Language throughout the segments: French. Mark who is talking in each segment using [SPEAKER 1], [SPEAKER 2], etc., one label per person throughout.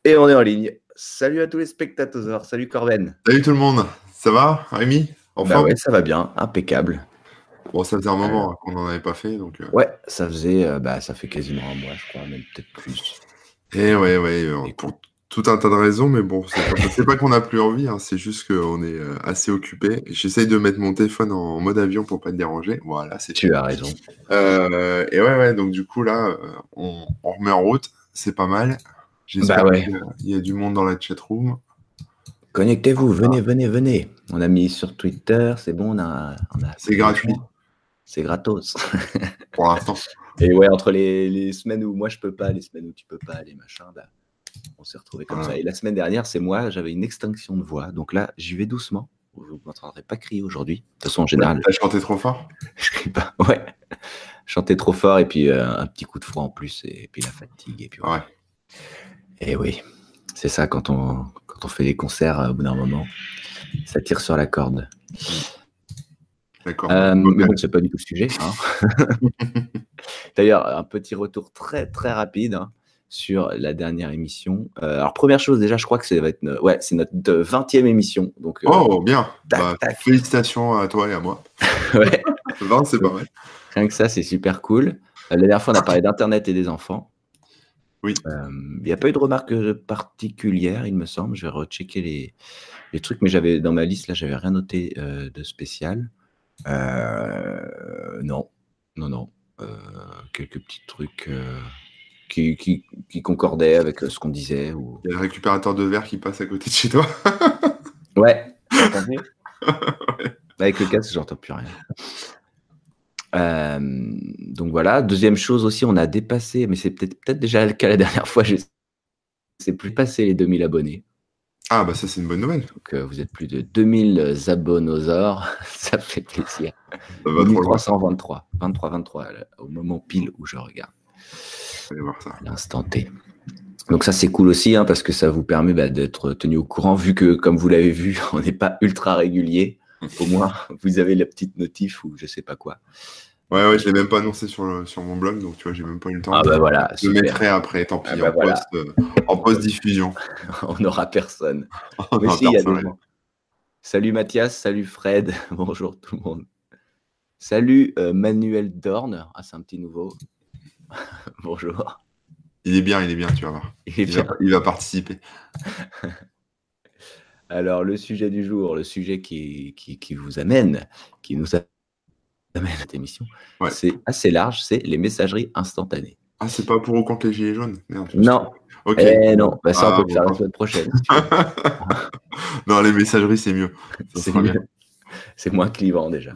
[SPEAKER 1] Et on est en ligne. Salut à tous les spectateurs. Salut Corben.
[SPEAKER 2] Salut tout le monde, ça va, Rémi? En
[SPEAKER 1] Bah
[SPEAKER 2] forme?
[SPEAKER 1] ouais, ça va bien, impeccable.
[SPEAKER 2] Bon, ça faisait un
[SPEAKER 1] Euh,
[SPEAKER 2] moment qu'on n'en avait pas fait, donc.
[SPEAKER 1] ouais, ça fait quasiment un mois, je crois, même peut-être plus.
[SPEAKER 2] Et ouais, pour
[SPEAKER 1] Écoute.
[SPEAKER 2] tout un tas de raisons, mais bon, c'est pas qu'on n'a plus envie, hein, c'est juste qu'on est assez occupé. J'essaye de mettre mon téléphone en mode avion pour pas te déranger. Voilà, c'est
[SPEAKER 1] Tu
[SPEAKER 2] fait.
[SPEAKER 1] as raison.
[SPEAKER 2] Et ouais, donc du coup là, on remet en route, c'est pas mal.
[SPEAKER 1] Bah
[SPEAKER 2] J'espère
[SPEAKER 1] ouais.
[SPEAKER 2] qu'il y a du monde dans la chatroom.
[SPEAKER 1] Connectez-vous, venez. On a mis sur Twitter, c'est bon, on a
[SPEAKER 2] C'est
[SPEAKER 1] pris les
[SPEAKER 2] gratuit
[SPEAKER 1] gens. C'est gratos.
[SPEAKER 2] pour l'instant.
[SPEAKER 1] Et ouais, entre les semaines où moi je peux pas, les semaines où tu peux pas, les machins, bah, on s'est retrouvés comme
[SPEAKER 2] Voilà.
[SPEAKER 1] ça. Et la semaine dernière, c'est moi, j'avais une extinction de voix. Donc là, j'y vais doucement. Vous ne m'entendrez pas crier aujourd'hui. De toute façon, en général,
[SPEAKER 2] T'as chanté trop fort?
[SPEAKER 1] je crie pas. Ouais. Chanter trop fort et puis un petit coup de froid en plus et puis la fatigue et puis voilà.
[SPEAKER 2] Ouais.
[SPEAKER 1] Et oui, c'est ça quand on fait des concerts au bout d'un moment, ça tire sur la corde.
[SPEAKER 2] D'accord.
[SPEAKER 1] Mais bon, c'est pas du tout le sujet. Hein. D'ailleurs, un petit retour très très rapide hein, sur la dernière émission. Alors première chose déjà, je crois que c'est notre 20e émission. Donc,
[SPEAKER 2] Oh, bien.
[SPEAKER 1] tac.
[SPEAKER 2] Félicitations à toi et à moi.
[SPEAKER 1] Ouais.
[SPEAKER 2] 20, c'est pas mal.
[SPEAKER 1] Rien que ça, c'est super cool. La dernière fois, on a parlé d'Internet et des enfants.
[SPEAKER 2] Oui.
[SPEAKER 1] Il n'y a pas eu de remarques particulières, il me semble. Je vais rechecker les trucs, mais j'avais dans ma liste, là, j'avais rien noté de spécial. Non. Quelques petits trucs qui concordaient avec ce qu'on disait. Ou...
[SPEAKER 2] Il y a le récupérateur de verre qui passe à côté de chez toi.
[SPEAKER 1] Ouais, t'entends mieux avec le casque, j'entends plus rien. Donc voilà. Deuxième chose aussi, on a dépassé, mais c'est peut-être déjà le cas la dernière fois, je sais plus passer les 2000 abonnés.
[SPEAKER 2] Ah, bah ça, c'est une bonne nouvelle.
[SPEAKER 1] Donc vous êtes plus de 2000 abonnosaures, ça fait plaisir.
[SPEAKER 2] Ça va trop loin.
[SPEAKER 1] 23, au moment pile où je regarde.
[SPEAKER 2] Allez voir ça.
[SPEAKER 1] À l'instant T. Donc ça c'est cool aussi hein, parce que ça vous permet d'être tenu au courant vu que comme vous l'avez vu on n'est pas ultra régulier. Au moins vous avez la petite notif ou je sais pas quoi.
[SPEAKER 2] Ouais, je l'ai même pas annoncé sur mon blog, donc tu vois, j'ai même pas eu le temps.
[SPEAKER 1] Ah bah voilà,
[SPEAKER 2] je le mettrai après, tant pis, en post-diffusion.
[SPEAKER 1] On n'aura personne.
[SPEAKER 2] On
[SPEAKER 1] Mais
[SPEAKER 2] aura
[SPEAKER 1] si, il y a
[SPEAKER 2] personne.
[SPEAKER 1] des gens. Salut Mathias, salut Fred, bonjour tout le monde. Salut Manuel Dorn, ah c'est un petit nouveau. Bonjour.
[SPEAKER 2] Il est bien, tu vas voir. Il va participer.
[SPEAKER 1] Alors, le sujet du jour, le sujet qui vous amène, qui nous amène à cette émission,
[SPEAKER 2] Ouais.
[SPEAKER 1] c'est assez large, c'est les messageries instantanées.
[SPEAKER 2] Ah, c'est pas pour ou contre les gilets jaunes? Merde,
[SPEAKER 1] non.
[SPEAKER 2] Ok.
[SPEAKER 1] Non, bah, ça on peut le faire la semaine prochaine. Si tu veux.
[SPEAKER 2] Non, les messageries, c'est mieux.
[SPEAKER 1] C'est mieux. C'est moins clivant déjà.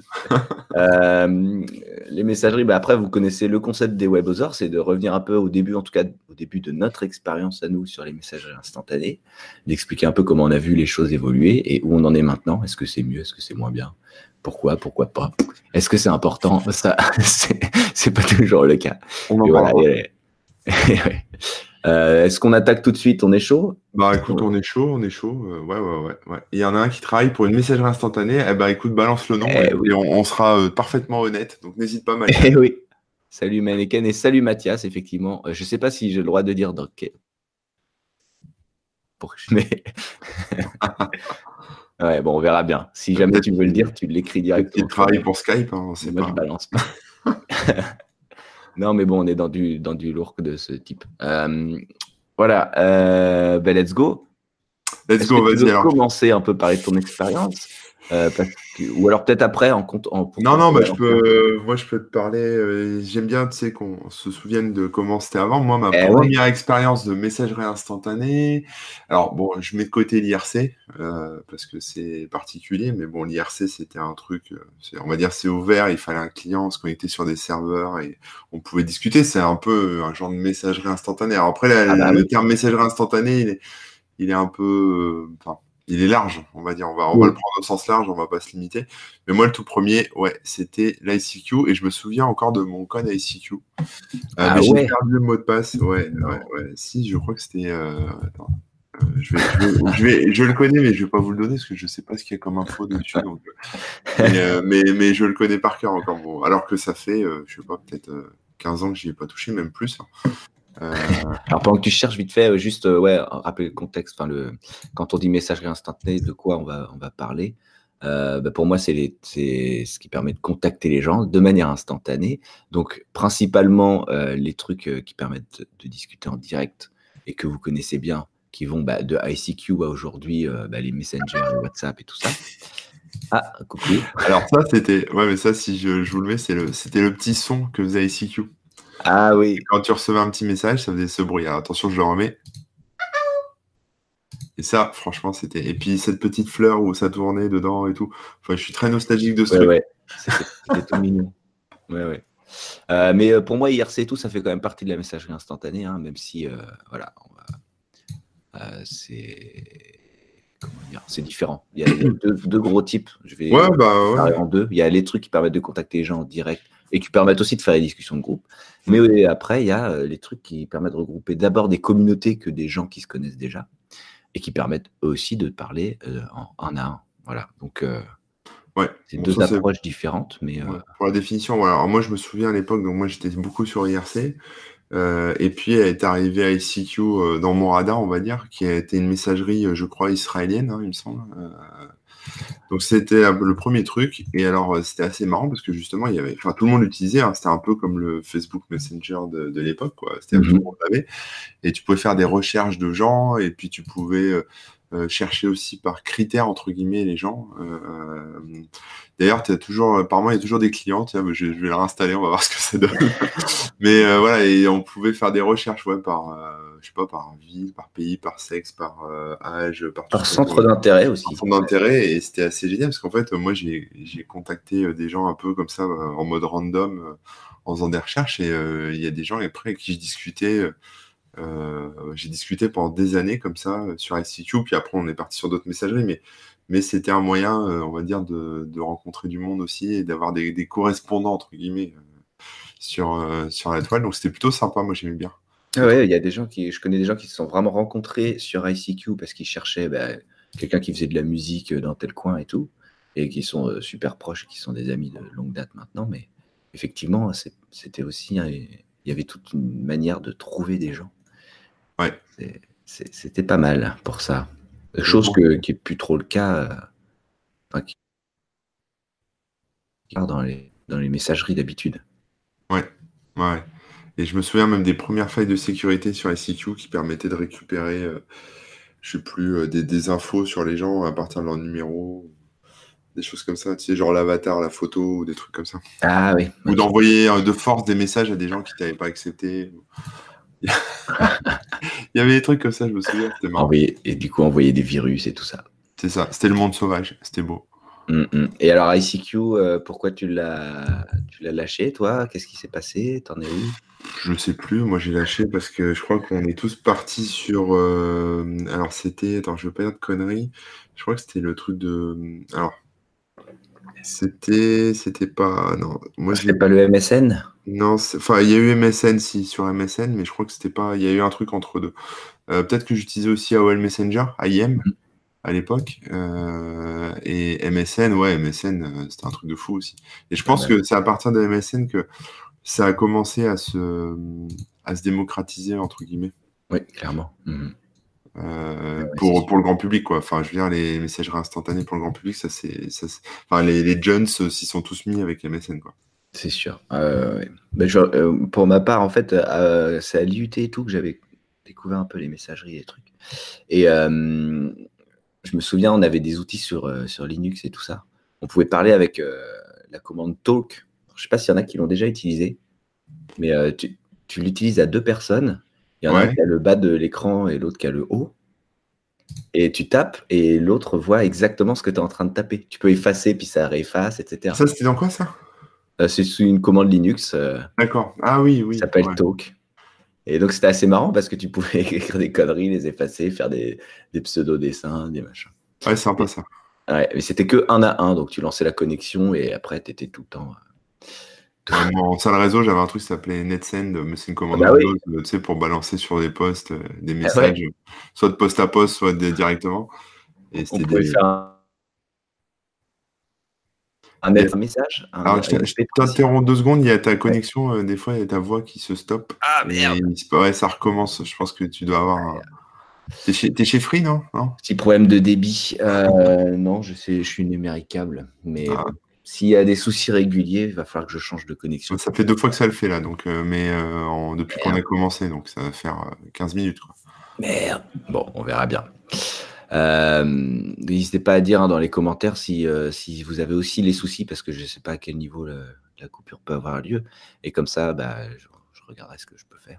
[SPEAKER 1] Les messageries, bah après, vous connaissez le concept des webosors, c'est de revenir un peu au début, en tout cas au début de notre expérience à nous sur les messageries instantanées, d'expliquer un peu comment on a vu les choses évoluer et où on en est maintenant. Est-ce que c'est mieux? Est-ce que c'est moins bien? Pourquoi pas? Est-ce que c'est important? Ça, c'est pas toujours le cas.
[SPEAKER 2] On en parlera.
[SPEAKER 1] Ouais. Est-ce qu'on attaque tout de suite? On est chaud?
[SPEAKER 2] Bah écoute, on est chaud. Ouais. Il y en a un qui travaille pour une messagerie instantanée. Eh bah écoute, balance le nom et on sera parfaitement honnête. Donc n'hésite pas, Mathias.
[SPEAKER 1] Oui. Salut Mannequin et salut Mathias, effectivement. Je sais pas si j'ai le droit de dire mais ouais, bon, on verra bien. Si jamais tu veux le dire, tu l'écris directement.
[SPEAKER 2] Il travaille pour Skype, hein, on sait pas.
[SPEAKER 1] Moi, je balance pas. Non, mais bon, on est dans du lourd de ce type. Voilà. Let's go.
[SPEAKER 2] Let's go, vas-y.
[SPEAKER 1] Tu veux commencer un peu par ton expérience ou alors peut-être après
[SPEAKER 2] Non, je peux te parler. J'aime bien, tu sais, qu'on se souvienne de comment c'était avant. Moi, ma première expérience de messagerie instantanée. Alors bon, je mets de côté l'IRC parce que c'est particulier, mais bon, l'IRC c'était un truc, on va dire, c'est ouvert. Il fallait un client se connecter sur des serveurs et on pouvait discuter. C'est un peu un genre de messagerie instantanée. Alors après, le terme messagerie instantanée, il est un peu, il est large, on va dire. On va le prendre au sens large, on va pas se limiter. Mais moi, le tout premier, c'était l'ICQ et je me souviens encore de mon code ICQ. Mais j'ai perdu le mot de passe. Ouais. Si, je crois que c'était. Attends. Je le connais, mais je vais pas vous le donner parce que je sais pas ce qu'il y a comme info dessus. Donc, mais je le connais par cœur encore. Bon, alors que ça fait, je sais pas, peut-être 15 ans que j'y ai pas touché, même plus.
[SPEAKER 1] Alors, pendant que tu cherches vite fait, juste rappeler le contexte. Quand on dit messagerie instantanée, de quoi on va parler. Pour moi, c'est ce qui permet de contacter les gens de manière instantanée. Donc, principalement, les trucs qui permettent de discuter en direct et que vous connaissez bien, qui vont de ICQ à aujourd'hui, les Messenger, les WhatsApp et tout ça. Ah, coucou.
[SPEAKER 2] Alors ça, c'était... Ouais, mais ça, si je vous le mets, c'était le petit son que faisait ICQ.
[SPEAKER 1] Ah oui.
[SPEAKER 2] Et quand tu recevais un petit message, ça faisait ce bruit. Alors, attention, je le remets. Et ça, franchement, c'était... Et puis, cette petite fleur où ça tournait dedans et tout. Enfin, je suis très nostalgique de ce truc.
[SPEAKER 1] Ouais, c'était tout mignon. Ouais. Mais pour moi, IRC et tout, ça fait quand même partie de la messagerie instantanée, hein, même si, c'est différent. Il y a deux gros types. Je vais parler en deux. Il y a les trucs qui permettent de contacter les gens en direct et qui permettent aussi de faire des discussions de groupe. Mais après, il y a les trucs qui permettent de regrouper d'abord des communautés que des gens qui se connaissent déjà et qui permettent aussi de parler en un à un. Voilà. Donc, c'est deux approches différentes. Mais,
[SPEAKER 2] pour la définition, voilà. Alors, moi, je me souviens à l'époque, donc moi, j'étais beaucoup sur IRC. Et puis, elle est arrivée à ICQ dans mon radar, on va dire, qui a été une messagerie, je crois, israélienne, hein, il me semble. Donc, c'était le premier truc. Et alors, c'était assez marrant parce que justement, tout le monde l'utilisait. Hein, c'était un peu comme le Facebook Messenger de l'époque, quoi. C'était tout le monde l'avait. Et tu pouvais faire des recherches de gens. Et puis, tu pouvais chercher aussi par critères, entre guillemets, les gens. D'ailleurs, apparemment, il y a toujours des clients. Tiens, je vais le réinstaller, on va voir ce que ça donne. Mais voilà, et on pouvait faire des recherches par, je sais pas, par ville, par pays, par sexe, par âge,
[SPEAKER 1] par centre d'intérêt aussi.
[SPEAKER 2] Par centre d'intérêt, et c'était assez génial parce qu'en fait, moi, j'ai contacté des gens un peu comme ça, en mode random, en faisant des recherches, et il y a des gens après avec qui je discutais. J'ai discuté pendant des années comme ça sur ICQ, puis après on est parti sur d'autres messageries, mais c'était un moyen, on va dire, de rencontrer du monde aussi et d'avoir des correspondants, entre guillemets, sur la toile. Donc c'était plutôt sympa, moi j'aimais bien.
[SPEAKER 1] Ouais, je connais des gens qui se sont vraiment rencontrés sur ICQ parce qu'ils cherchaient quelqu'un qui faisait de la musique dans tel coin et tout, et qui sont super proches et qui sont des amis de longue date maintenant. Mais effectivement, c'était aussi, il y avait toute une manière de trouver des gens.
[SPEAKER 2] Ouais.
[SPEAKER 1] C'était pas mal pour ça. Chose qui est plus trop le cas dans les messageries d'habitude.
[SPEAKER 2] Ouais. Et je me souviens même des premières failles de sécurité sur ICQ qui permettaient de récupérer, je sais plus, des infos sur les gens à partir de leur numéro, des choses comme ça, tu sais, genre l'avatar, la photo, ou des trucs comme ça.
[SPEAKER 1] Ah oui.
[SPEAKER 2] Ou d'envoyer de force des messages à des gens qui t'avaient pas accepté. Il y avait des trucs comme ça, je me souviens, c'était marrant.
[SPEAKER 1] Et du coup, envoyer des virus et tout ça.
[SPEAKER 2] C'est ça, c'était le monde sauvage, c'était beau.
[SPEAKER 1] Et alors, ICQ, pourquoi tu l'as lâché, toi? Qu'est-ce qui s'est passé? T'en es où?
[SPEAKER 2] Je sais plus, moi j'ai lâché parce que je crois qu'on est tous partis sur... alors c'était... Attends, je veux pas dire de conneries. Je crois que c'était le truc de... Alors, c'était pas... Non, moi
[SPEAKER 1] c'était pas le MSN?
[SPEAKER 2] Non, enfin, il y a eu MSN, si, sur MSN, mais je crois que c'était pas... Il y a eu un truc entre deux. Peut-être que j'utilisais aussi AOL Messenger, IM, à l'époque. Et MSN, MSN, c'était un truc de fou aussi. Et je pense que c'est à partir de MSN que ça a commencé à se démocratiser, entre guillemets.
[SPEAKER 1] Oui, clairement.
[SPEAKER 2] Pour le grand public, quoi. Enfin, je veux dire, les messageries instantanées pour le grand public, enfin, les jeunes s'y sont tous mis avec MSN, quoi.
[SPEAKER 1] C'est sûr. Pour ma part, en fait, c'est à l'IUT et tout que j'avais découvert un peu les messageries et les trucs. Et je me souviens, on avait des outils sur Linux et tout ça. On pouvait parler avec la commande Talk. Je ne sais pas s'il y en a qui l'ont déjà utilisé, mais tu l'utilises à 2 personnes. Il y en a un qui a le bas de l'écran et l'autre qui a le haut. Et tu tapes et l'autre voit exactement ce que tu es en train de taper. Tu peux effacer, puis ça réefface, etc.
[SPEAKER 2] Ça, c'était dans quoi, ça?
[SPEAKER 1] C'est sous une commande Linux.
[SPEAKER 2] D'accord. Ah oui.
[SPEAKER 1] Ça s'appelle Talk. Et donc, c'était assez marrant parce que tu pouvais écrire des conneries, les effacer, faire des pseudo-dessins, des machins.
[SPEAKER 2] Ouais, c'est sympa, ça.
[SPEAKER 1] Ouais, mais c'était que 1 à 1, donc tu lançais la connexion et après, tu étais tout le temps...
[SPEAKER 2] En salle réseau, j'avais un truc qui s'appelait NetSend, mais c'est une commande tu sais, pour balancer sur des posts des messages, soit de poste à poste, soit directement. Et
[SPEAKER 1] on pouvait faire un message.
[SPEAKER 2] Alors, je t'interromps 2 secondes. Il y a ta connexion. Des fois, il y a ta voix qui se stoppe.
[SPEAKER 1] Ah merde.
[SPEAKER 2] Ouais, ça recommence. Je pense que tu dois avoir. T'es chez Free, non?
[SPEAKER 1] Petit problème de débit. Non, je suis numéricable, mais s'il y a des soucis réguliers, il va falloir que je change de connexion.
[SPEAKER 2] Ça fait 2 fois que ça le fait là, donc depuis qu'on a commencé, donc ça va faire 15 minutes, quoi.
[SPEAKER 1] Merde. Bon, on verra bien. N'hésitez pas à dire dans les commentaires si vous avez aussi les soucis, parce que je ne sais pas à quel niveau la coupure peut avoir lieu. Et comme ça, je regarderai ce que je peux faire.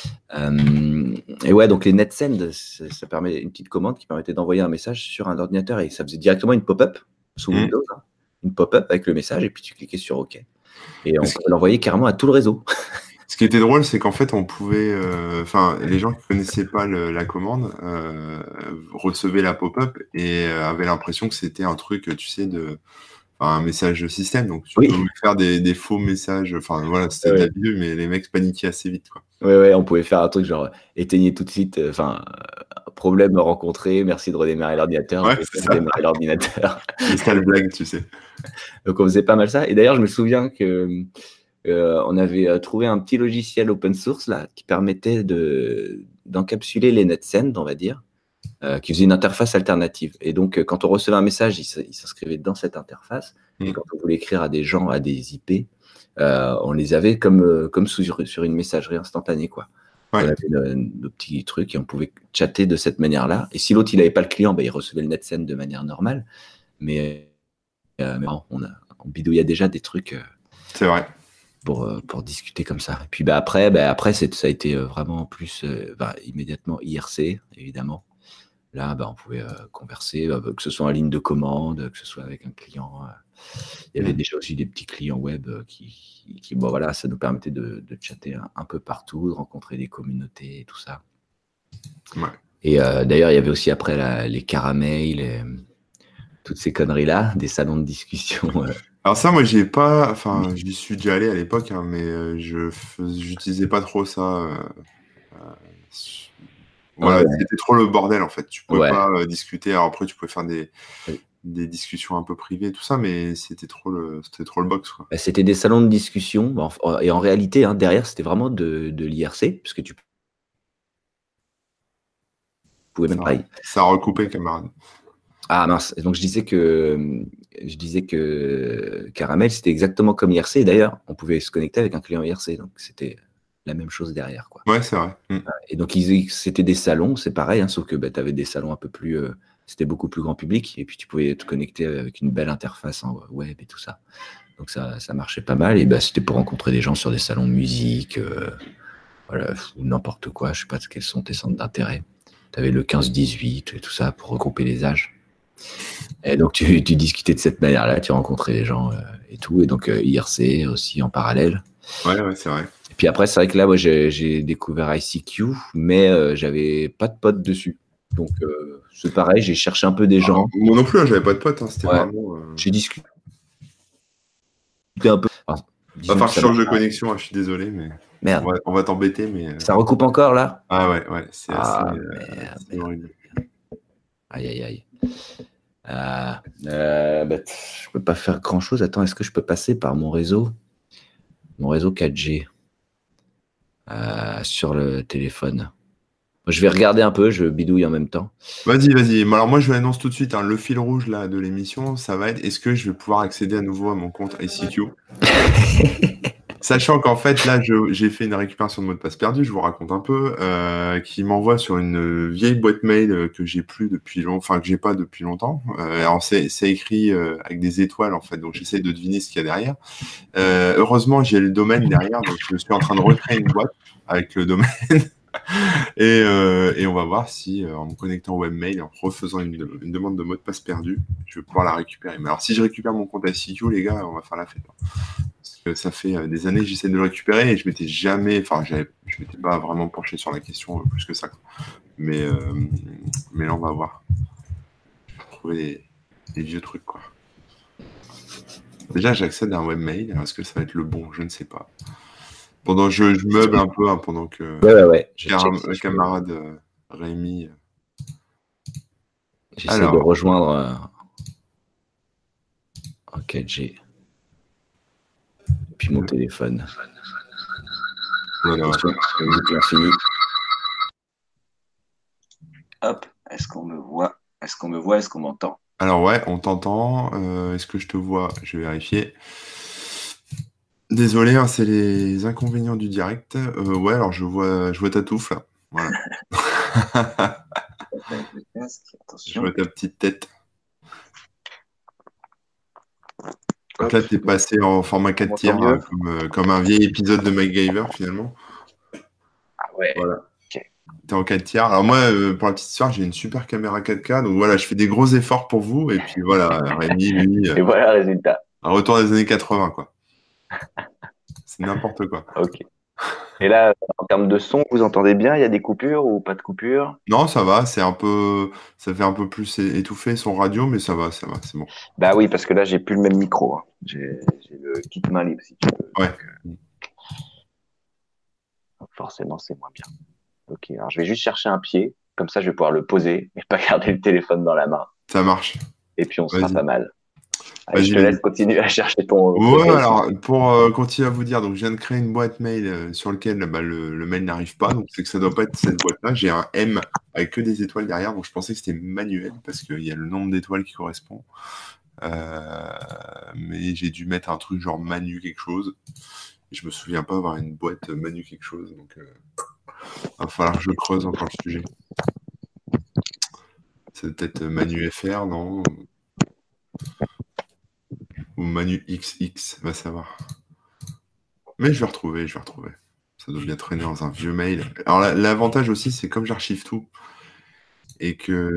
[SPEAKER 1] Et ouais, donc les NetSend, ça permet une petite commande qui permettait d'envoyer un message sur un ordinateur et ça faisait directement une pop-up sous Windows, une pop-up avec le message et puis tu cliquais sur OK. Et on pouvait l'envoyer carrément à tout le réseau.
[SPEAKER 2] Ce qui était drôle, c'est qu'en fait, on pouvait, les gens qui connaissaient pas la commande recevaient la pop-up et avaient l'impression que c'était un truc, tu sais, un message de système. Donc, tu pouvais faire des faux messages. Enfin, voilà, c'était de la vidéo, mais les mecs paniquaient assez vite, quoi.
[SPEAKER 1] Ouais, on pouvait faire un truc genre éteignez tout de suite. Problème rencontré. Merci de redémarrer l'ordinateur.
[SPEAKER 2] Ouais, c'est ça.
[SPEAKER 1] Redémarrer l'ordinateur.
[SPEAKER 2] C'est ça le blague, tu sais.
[SPEAKER 1] Donc, on faisait pas mal ça. Et d'ailleurs, je me souviens que on avait trouvé un petit logiciel open source là qui permettait d'encapsuler les NetSend, on va dire, qui faisait une interface alternative. Et donc, quand on recevait un message, il s'inscrivait dans cette interface. Et quand on voulait écrire à des gens, à des IP, on les avait comme sur une messagerie instantanée, quoi. Ouais. On avait nos petits trucs et on pouvait chatter de cette manière-là. Et si l'autre, il n'avait pas le client, il recevait le NetSend de manière normale. Mais on bidouillait déjà des trucs.
[SPEAKER 2] C'est vrai.
[SPEAKER 1] Pour discuter comme ça. Et puis après ça a été vraiment plus immédiatement IRC, évidemment. Là, on pouvait converser, que ce soit en ligne de commande, que ce soit avec un client. Il y avait déjà aussi des petits clients web qui ça nous permettait de chatter un peu partout, de rencontrer des communautés et tout ça.
[SPEAKER 2] Ouais.
[SPEAKER 1] Et d'ailleurs, il y avait aussi après les caramels, toutes ces conneries-là, des salons de discussion.
[SPEAKER 2] Alors ça, moi, j'y suis déjà allé à l'époque, mais j'utilisais pas trop ça. Voilà, c'était trop le bordel, en fait. Tu pouvais pas discuter. Alors après, tu pouvais faire des discussions un peu privées, tout ça, mais c'était trop le box, quoi.
[SPEAKER 1] C'était des salons de discussion. Et en réalité, derrière, c'était vraiment de l'IRC, puisque tu pouvais même pas...
[SPEAKER 2] Ça a recoupé, camarade.
[SPEAKER 1] Ah mince, donc je disais que Caramel, c'était exactement comme IRC. D'ailleurs, on pouvait se connecter avec un client IRC, donc c'était la même chose derrière, quoi.
[SPEAKER 2] Ouais, c'est vrai.
[SPEAKER 1] Et donc, c'était des salons, c'est pareil, sauf que tu avais des salons un peu plus... c'était beaucoup plus grand public, et puis tu pouvais te connecter avec une belle interface en web et tout ça. Donc, ça marchait pas mal, et c'était pour rencontrer des gens sur des salons de musique, ou n'importe quoi, je sais pas quels sont tes centres d'intérêt. Tu avais le 15-18 et tout ça pour regrouper les âges. Et donc, tu discutais de cette manière-là, tu rencontrais les gens et tout. Et donc, IRC aussi en parallèle.
[SPEAKER 2] Ouais, c'est vrai.
[SPEAKER 1] Et puis après, c'est vrai que là, moi, j'ai découvert ICQ, mais j'avais pas de potes dessus. Donc, c'est pareil, j'ai cherché un peu des gens.
[SPEAKER 2] Moi non plus, j'avais pas de potes. C'était vraiment...
[SPEAKER 1] J'ai discuté un peu.
[SPEAKER 2] Va falloir que je change de connexion, je suis désolé, mais...
[SPEAKER 1] Merde.
[SPEAKER 2] On va t'embêter, mais...
[SPEAKER 1] Ça recoupe encore, là?
[SPEAKER 2] Ah ouais, c'est assez horrible.
[SPEAKER 1] Aïe. Je peux pas faire grand chose. Attends, est-ce que je peux passer par mon réseau 4G sur le téléphone? Je vais regarder un peu, je bidouille en même temps.
[SPEAKER 2] Vas-y. Alors moi, je vous annonce tout de suite, le fil rouge là de l'émission, ça va être est-ce que je vais pouvoir accéder à nouveau à mon compte ICQ? Sachant qu'en fait, là, j'ai fait une récupération de mot de passe perdu, je vous raconte un peu, qui m'envoie sur une vieille boîte mail que j'ai plus depuis que j'ai pas depuis longtemps. Alors c'est écrit avec des étoiles en fait, donc j'essaie de deviner ce qu'il y a derrière. Heureusement, j'ai le domaine derrière, donc je suis en train de recréer une boîte avec le domaine. Et on va voir si, en me connectant au webmail, en refaisant une demande de mot de passe perdu, je vais pouvoir la récupérer. Mais alors, si je récupère mon compte ICQ, les gars, on va faire la fête. Parce que ça fait des années que j'essaie de le récupérer et je m'étais pas vraiment penché sur la question plus que ça. Mais là, on va voir. Je vais trouver des vieux trucs, quoi. Déjà, j'accède à un webmail. Est-ce que ça va être le bon? Je ne sais pas. Pendant je meuble un peu, pendant que le camarade Rémi...
[SPEAKER 1] J'essaie de rejoindre... Ok, depuis mon téléphone.
[SPEAKER 2] Voilà.
[SPEAKER 1] Attention, musique l'infini.
[SPEAKER 3] Hop, est-ce qu'on me voit? Est-ce qu'on m'entend?
[SPEAKER 2] Alors ouais, on t'entend. Est-ce que je te vois? Je vais vérifier. Désolé, hein, c'est les inconvénients du direct. Ouais, alors je vois ta touffe là. Voilà.
[SPEAKER 3] Avec le casque,
[SPEAKER 2] Je
[SPEAKER 3] attention.
[SPEAKER 2] vois ta petite tête. Donc là, t'es passé en format 4 tiers, hein, comme un vieil épisode de MacGyver finalement.
[SPEAKER 3] Ah ouais.
[SPEAKER 2] Voilà.
[SPEAKER 3] Ok.
[SPEAKER 2] T'es en 4 tiers. Alors moi, pour la petite histoire, j'ai une super caméra 4K, donc voilà, je fais des gros efforts pour vous. Et puis voilà, Rémi, lui,
[SPEAKER 3] Et voilà le résultat.
[SPEAKER 2] un retour des années 80, quoi. C'est n'importe quoi.
[SPEAKER 3] Ok. Et là, en termes de son, vous entendez bien? Il y a des coupures ou pas de coupures?
[SPEAKER 2] Non, ça va, ça fait un peu plus étouffé son radio, mais ça va, c'est bon.
[SPEAKER 3] Bah oui, parce que là, j'ai plus le même micro, hein. J'ai le kit main libre, si tu veux.
[SPEAKER 2] Ouais.
[SPEAKER 3] Donc, forcément, c'est moins bien. Ok, alors je vais juste chercher un pied, comme ça je vais pouvoir le poser et pas garder le téléphone dans la main.
[SPEAKER 2] Ça marche.
[SPEAKER 3] Et puis on sera
[SPEAKER 2] Vas-y.
[SPEAKER 3] pas mal. Allez,
[SPEAKER 2] Vas-y,
[SPEAKER 3] je te laisse continuer à chercher ton.
[SPEAKER 2] Ouais, alors pour continuer à vous dire, donc je viens de créer une boîte mail sur laquelle le mail n'arrive pas, donc c'est que ça doit pas être cette boîte-là. J'ai un M avec que des étoiles derrière, donc je pensais que c'était manuel parce qu'il y a le nombre d'étoiles qui correspond. Mais j'ai dû mettre un truc genre Manu quelque chose. Et je me souviens pas avoir une boîte Manu quelque chose, donc il va falloir que je creuse encore le sujet. C'est peut-être Manu FR, non? Ou Manu XX, va savoir. Mais je vais retrouver. Ça doit bien traîner dans un vieux mail. Alors l'avantage aussi, c'est comme j'archive tout et que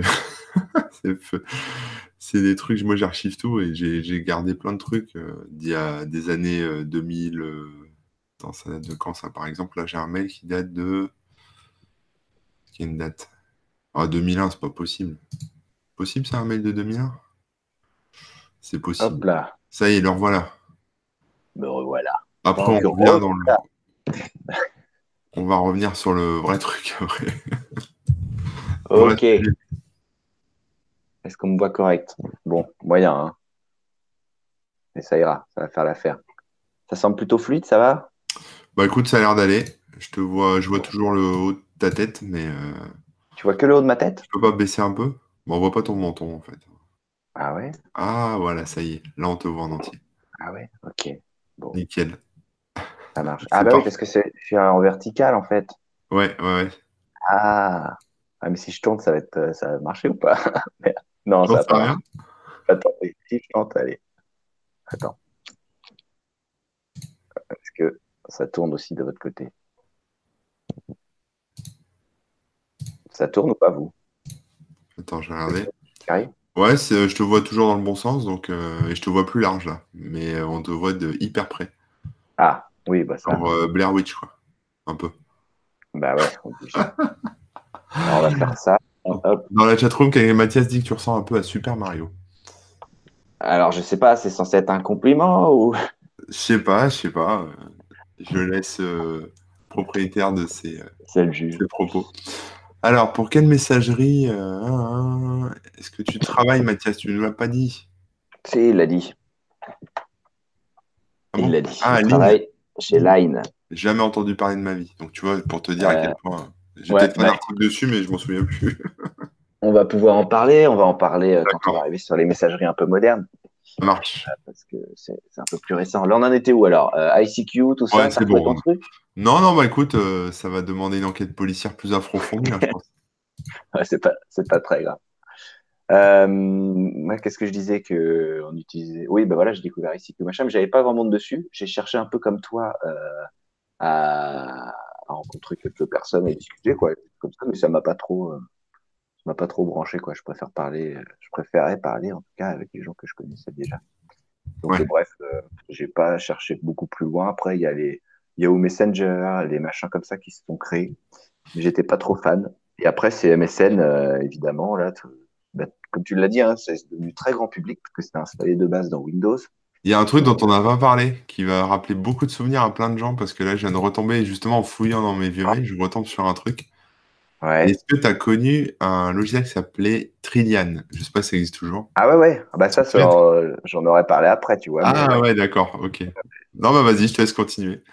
[SPEAKER 2] c'est des trucs, moi j'archive tout et j'ai gardé plein de trucs d'il y a des années 2000. Attends, ça date de quand ça? Par exemple, là j'ai un mail qui date de... Qui a une date? Ah, 2001, c'est pas possible. Possible, c'est un mail de 2001? C'est possible.
[SPEAKER 3] Hop là.
[SPEAKER 2] Ça y est, le revoilà.
[SPEAKER 3] Me revoilà.
[SPEAKER 2] Après, on revient dans le... On va revenir sur le vrai truc après.
[SPEAKER 3] Ok. Est-ce qu'on me voit correct? Bon, moyen, hein. Mais ça ira, ça va faire l'affaire. Ça semble plutôt fluide, ça va?
[SPEAKER 2] Bah écoute, ça a l'air d'aller. Je vois toujours le haut de ta tête, mais...
[SPEAKER 3] Tu vois que le haut de ma tête?
[SPEAKER 2] Je peux pas baisser un peu? Bon, on voit pas ton menton, en fait.
[SPEAKER 3] Ah ouais?
[SPEAKER 2] Ah, voilà, ça y est. Là, on te voit en entier.
[SPEAKER 3] Ah ouais? Ok. Bon,
[SPEAKER 2] Nickel.
[SPEAKER 3] ça marche. Ah bah oui, parce que je suis en vertical, en fait.
[SPEAKER 2] Ouais.
[SPEAKER 3] Ah. Ah, mais si je tourne, ça va marcher ou pas? Non, ça va pas marcher. Attends, si je tente, allez. Attends. Est-ce que ça tourne aussi de votre côté? Ça tourne ou pas, vous?
[SPEAKER 2] Attends, je vais regarder.
[SPEAKER 3] Carré?
[SPEAKER 2] Ouais, je te vois toujours dans le bon sens, donc et je te vois plus large là, mais on te voit de hyper près.
[SPEAKER 3] Ah, oui, bah ça.
[SPEAKER 2] Genre Blair Witch, quoi. Un peu.
[SPEAKER 3] Bah ouais, obligé. Alors, on va faire ça. Hop.
[SPEAKER 2] Dans la chatroom, Mathias dit que tu ressembles un peu à Super Mario.
[SPEAKER 3] Alors, je sais pas, c'est censé être un compliment ou...
[SPEAKER 2] Je sais pas. Je laisse propriétaire de ces propos. Alors, pour quelle messagerie est-ce que tu travailles, Mathias? Tu ne l'as pas dit.
[SPEAKER 3] Si, il l'a dit.
[SPEAKER 2] Ah bon?
[SPEAKER 3] Il l'a dit.
[SPEAKER 2] Ah,
[SPEAKER 3] je travaille chez Line.
[SPEAKER 2] Jamais entendu parler de ma vie. Donc, tu vois, pour te dire à quel point... J'ai peut-être fait un article dessus, mais je m'en souviens plus.
[SPEAKER 3] On va pouvoir en parler. On va en parler quand on va arriver sur les messageries un peu modernes.
[SPEAKER 2] Ça marche.
[SPEAKER 3] Parce que c'est un peu plus récent. Là, on en était où alors? ICQ, tout ça,
[SPEAKER 2] c'est bon. Non, bah écoute, ça va demander une enquête policière plus approfondie, je pense.
[SPEAKER 3] Ouais, c'est pas très grave. Moi, qu'est-ce que je disais que on utilisait? Oui, ben voilà, j'ai découvert ICQ, machin, mais j'avais pas grand monde dessus. J'ai cherché un peu comme toi à rencontrer quelques personnes et discuter, quoi, comme ça, mais ça m'a pas trop branché, quoi. Je préférais parler, en tout cas, avec les gens que je connaissais déjà. Donc, bref, j'ai pas cherché beaucoup plus loin. Après, il y a Yahoo Messenger, les machins comme ça qui se sont créés, mais j'étais pas trop fan. Et après, c'est MSN, évidemment, là, comme tu l'as dit, hein, c'est devenu très grand public parce que c'était installé de base dans Windows.
[SPEAKER 2] Il y a un truc dont on n'a pas parlé qui va rappeler beaucoup de souvenirs à plein de gens parce que là, je viens de retomber justement en fouillant dans mes vieux mails, je retombe sur un truc.
[SPEAKER 3] Ouais.
[SPEAKER 2] Est-ce que tu as connu un logiciel qui s'appelait Trillian? Je sais pas si ça existe toujours.
[SPEAKER 3] Ah ouais. Ah bah ça, j'en aurais parlé après, tu vois. Mais
[SPEAKER 2] Ah
[SPEAKER 3] ouais.
[SPEAKER 2] ouais, d'accord, ok. Non, bah vas-y, je te laisse continuer.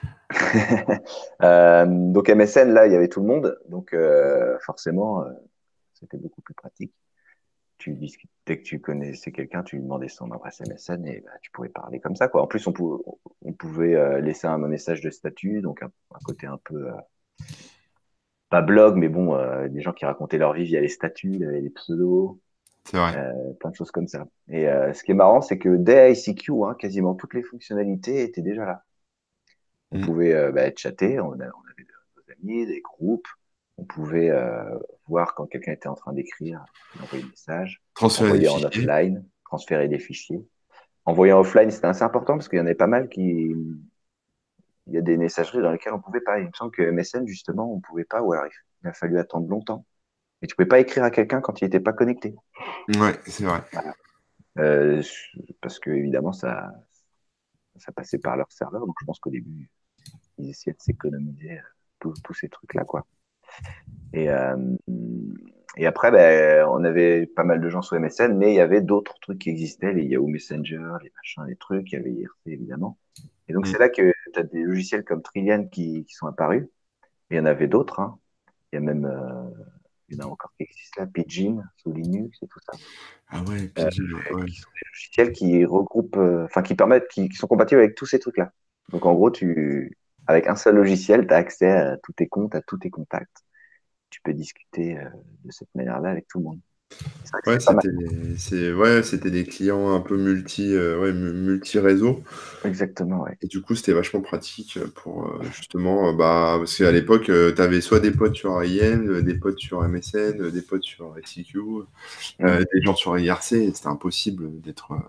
[SPEAKER 3] Donc MSN, là, il y avait tout le monde. Donc forcément, c'était beaucoup plus pratique. Dès que tu connaissais quelqu'un, tu lui demandais son adresse MSN et bah, tu pouvais parler comme ça, quoi. En plus, on pouvait laisser un message de statut, donc un côté un peu, pas blog, mais bon, des gens qui racontaient leur vie via les statuts, il y avait des pseudos,
[SPEAKER 2] C'est vrai.
[SPEAKER 3] plein de choses comme ça. Et ce qui est marrant, c'est que dès ICQ, hein, quasiment toutes les fonctionnalités étaient déjà là. On
[SPEAKER 2] Mm.
[SPEAKER 3] pouvait chatter, on avait nos amis, des groupes, on pouvait voir quand quelqu'un était en train d'écrire, envoyer des messages,
[SPEAKER 2] Transférer des
[SPEAKER 3] envoyer en
[SPEAKER 2] fichiers.
[SPEAKER 3] offline, transférer des fichiers. Envoyer en offline, c'était assez important parce qu'il y en avait pas mal qui. Il y a des messageries dans lesquelles on pouvait pas. Il me semble que MSN, justement, on pouvait pas, ou alors il a fallu attendre longtemps. Et tu pouvais pas écrire à quelqu'un quand il n'était pas connecté.
[SPEAKER 2] Ouais, c'est vrai.
[SPEAKER 3] Voilà. Euh, Parce que, évidemment, ça passait par leur serveur. Donc, je pense qu'au début, ils essayaient de s'économiser tous ces trucs-là, quoi. Et, euh, et après, ben, on avait pas mal de gens sur MSN, mais il y avait d'autres trucs qui existaient, les Yahoo Messenger, les machins, les trucs, il y avait IRC évidemment. Et donc
[SPEAKER 2] Mm.
[SPEAKER 3] c'est là que tu as des logiciels comme Trillian qui sont apparus. Et il y en avait d'autres, hein. Il y a même, il y en a encore qui existent là, Pidgin sous Linux et tout ça,
[SPEAKER 2] Ah ouais, Pidgin, ouais.
[SPEAKER 3] qui sont des logiciels qui regroupent, enfin qui permettent, qui sont compatibles avec tous ces trucs-là. Donc en gros, avec un seul logiciel, tu as accès à tous tes comptes, à tous tes contacts. Tu peux discuter de cette manière-là avec tout le monde. C'est vrai que
[SPEAKER 2] Ouais,
[SPEAKER 3] c'est pas mal.
[SPEAKER 2] c'était des clients un peu multi-réseau.
[SPEAKER 3] Exactement, ouais.
[SPEAKER 2] Et du coup, c'était vachement pratique pour justement, parce qu'à l'époque, tu avais soit des potes sur IM, des potes sur MSN, des potes sur ICQ, des gens sur IRC, et c'était impossible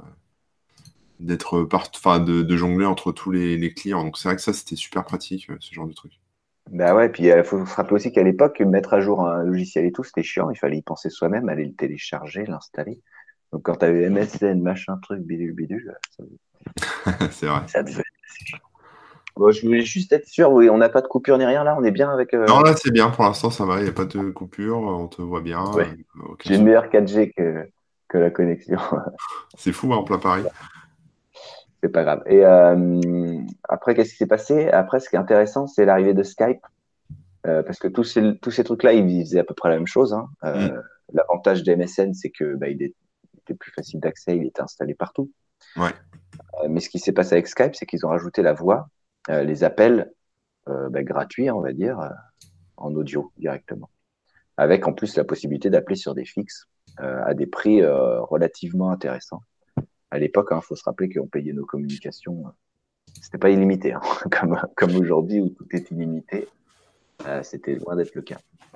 [SPEAKER 2] de jongler entre tous les clients. Donc c'est vrai que ça, c'était super pratique, ce genre de truc.
[SPEAKER 3] Bah ouais, puis il faut se rappeler aussi qu'à l'époque, mettre à jour un logiciel et tout, c'était chiant. Il fallait y penser soi-même, aller le télécharger, l'installer. Donc quand tu avais MSN, machin, truc, bidule, bidule,
[SPEAKER 2] C'est vrai.
[SPEAKER 3] ça devait. Bon, je voulais juste être sûr, oui, on n'a pas de coupure ni rien là, on est bien avec.
[SPEAKER 2] Non, là, c'est bien. Pour l'instant, ça va. Il n'y a pas de coupure. On te voit bien.
[SPEAKER 3] Ouais,
[SPEAKER 2] Aucun
[SPEAKER 3] j'ai une
[SPEAKER 2] souci.
[SPEAKER 3] meilleure 4G que la connexion.
[SPEAKER 2] C'est fou, hein, en plein Paris.
[SPEAKER 3] C'est pas grave. Et après, qu'est-ce qui s'est passé? Après, ce qui est intéressant, c'est l'arrivée de Skype. Parce que tous ces trucs-là, ils faisaient à peu près la même chose, hein.
[SPEAKER 2] Mm.
[SPEAKER 3] L'avantage de MSN, c'est que il était plus facile d'accès, il était installé partout.
[SPEAKER 2] Ouais.
[SPEAKER 3] Mais ce qui s'est passé avec Skype, c'est qu'ils ont rajouté la voix, les appels gratuits, on va dire, en audio directement. Avec en plus la possibilité d'appeler sur des fixes à des prix relativement intéressants. À l'époque, il faut se rappeler qu'on payait nos communications, c'était pas illimité, hein, comme aujourd'hui où tout est illimité. C'était loin d'être le cas.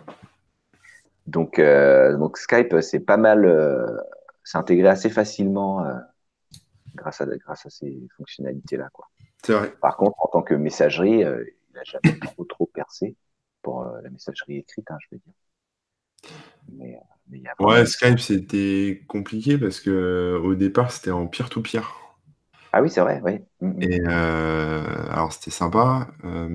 [SPEAKER 3] Donc Skype, c'est pas mal, c'est intégré assez facilement grâce à ces fonctionnalités-là, quoi.
[SPEAKER 2] C'est vrai.
[SPEAKER 3] Par contre, en tant que messagerie, il n'a jamais trop percé pour la messagerie écrite, hein, je veux dire. Mais il y a vraiment
[SPEAKER 2] Ouais,
[SPEAKER 3] une
[SPEAKER 2] Skype,
[SPEAKER 3] différence.
[SPEAKER 2] c'était compliqué parce que au départ, c'était en peer-to-peer.
[SPEAKER 3] Ah oui, c'est vrai, oui.
[SPEAKER 2] Et alors, c'était sympa,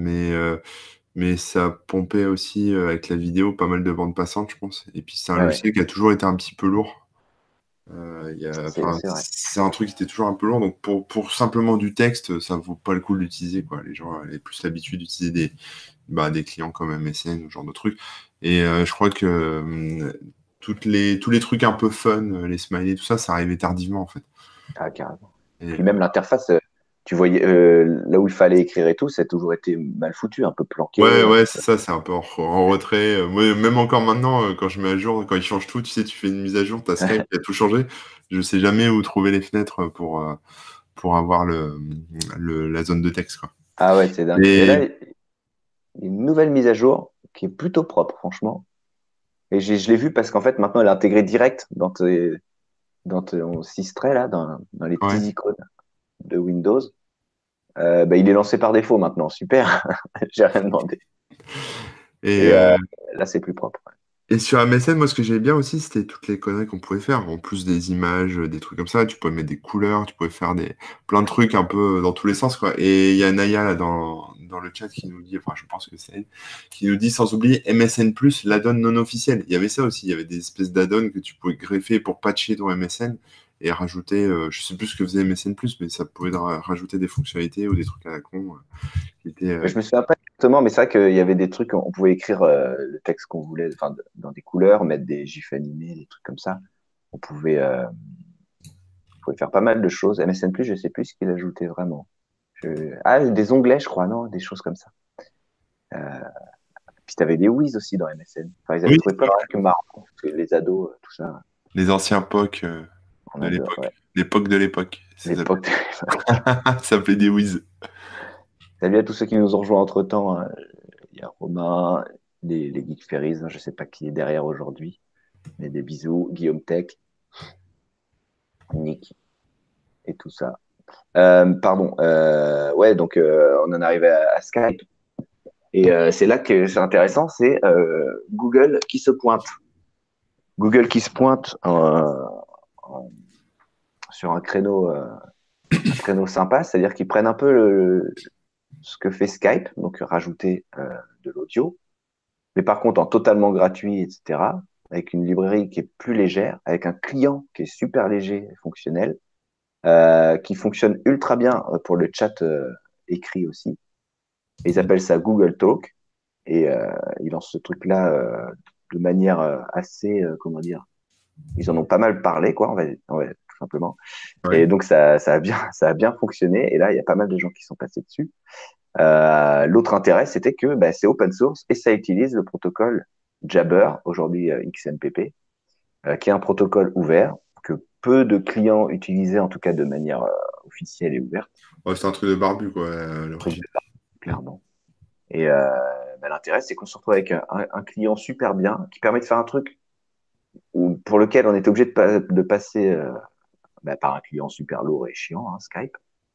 [SPEAKER 2] mais ça pompait aussi avec la vidéo pas mal de bandes passantes, je pense. Et puis, c'est un
[SPEAKER 3] Ouais, ouais,
[SPEAKER 2] logiciel qui a toujours été un petit peu lourd.
[SPEAKER 3] c'est vrai.
[SPEAKER 2] C'est un truc qui était toujours un peu lourd. Donc, pour simplement du texte, ça vaut pas le coup de l'utiliser, quoi. Les gens avaient plus l'habitude d'utiliser des clients comme MSN ou ce genre de trucs. Et je crois que tous les trucs un peu fun, les smileys, tout ça, ça arrivait tardivement, en fait.
[SPEAKER 3] Ah, carrément.
[SPEAKER 2] Et,
[SPEAKER 3] Puis même l'interface, tu voyais là où il fallait écrire et tout, ça a toujours été mal foutu, un peu planqué.
[SPEAKER 2] ouais, c'est ça, c'est un peu en retrait. Moi, même encore maintenant, quand je mets à jour, quand ils changent tout, tu sais, tu fais une mise à jour, t'as Skype qui a tout changé. Je sais jamais où trouver les fenêtres pour avoir la zone de texte, quoi.
[SPEAKER 3] Ah ouais, c'est dingue. Et là,
[SPEAKER 2] Et
[SPEAKER 3] il y a une nouvelle mise à jour qui est plutôt propre, franchement. Et je l'ai vu parce qu'en fait, maintenant, elle est intégrée direct dans ton Sistray, là, dans les
[SPEAKER 2] ouais.
[SPEAKER 3] petits icônes de Windows. Il est lancé par défaut maintenant. Super. J'ai rien demandé.
[SPEAKER 2] Et,
[SPEAKER 3] Et
[SPEAKER 2] euh,
[SPEAKER 3] là, c'est plus propre.
[SPEAKER 2] et sur MSN, moi, ce que j'aimais bien aussi, c'était toutes les conneries qu'on pouvait faire. En plus des images, des trucs comme ça, tu pouvais mettre des couleurs, tu pouvais faire plein de trucs un peu dans tous les sens, quoi. Et il y a Naya là, dans le chat qui nous dit, enfin je pense que c'est elle, qui nous dit sans oublier MSN+, l'add-on non officiel. Il y avait ça aussi, il y avait des espèces d'add-on que tu pouvais greffer pour patcher ton MSN et rajouter, je sais plus ce que faisait MSN+, mais ça pouvait rajouter des fonctionnalités ou des trucs à la con qui étaient...
[SPEAKER 3] Je me souviens pas exactement, mais c'est vrai qu'il y avait des trucs, on pouvait écrire le texte qu'on voulait, enfin, dans des couleurs, mettre des gifs animés, des trucs comme ça. On pouvait faire pas mal de choses. MSN+, je sais plus ce qu'il ajoutait vraiment. Ah, des onglets, je crois, non? Des choses comme ça. Puis t'avais des whiz aussi dans MSN. Enfin, ils avaient trouvé plein de trucs marrants. Les ados, tout ça.
[SPEAKER 2] Les anciens POC de l'époque.
[SPEAKER 3] Ouais.
[SPEAKER 2] L'époque de l'époque.
[SPEAKER 3] L'époque de l'époque.
[SPEAKER 2] Ça s'appelait des whiz.
[SPEAKER 3] Salut à tous ceux qui nous ont rejoints entre-temps. Il y a Romain, les Geek Ferries, je sais pas qui est derrière aujourd'hui. Mais des bisous. Guillaume Tech, Nick et tout ça. Pardon. Ouais, donc on en arrivait à Skype. Et c'est là que c'est intéressant, c'est Google qui se pointe. Google qui se pointe sur un créneau sympa, c'est-à-dire qu'ils prennent un peu ce que fait Skype, donc rajouter de l'audio, mais par contre en totalement gratuit, etc., avec une librairie qui est plus légère, avec un client qui est super léger et fonctionnel, qui fonctionne ultra bien pour le chat écrit aussi. Et ils appellent ça Google Talk, et ils lancent ce truc-là de manière assez, comment dire, ils en ont pas mal parlé, quoi, on va tout simplement. Ouais. Et donc ça a bien fonctionné. Et là, il y a pas mal de gens qui sont passés dessus. L'autre intérêt, c'était que c'est open source et ça utilise le protocole Jabber, aujourd'hui XMPP, qui est un protocole ouvert que peu de clients utilisaient, en tout cas de manière officielle et ouverte.
[SPEAKER 2] Ouais, c'est un truc de barbu, quoi.
[SPEAKER 3] Clairement. Et l'intérêt, c'est qu'on se retrouve avec un client super bien qui permet de faire un truc pour lequel on était obligé de passer par un client super lourd et chiant, hein, Skype.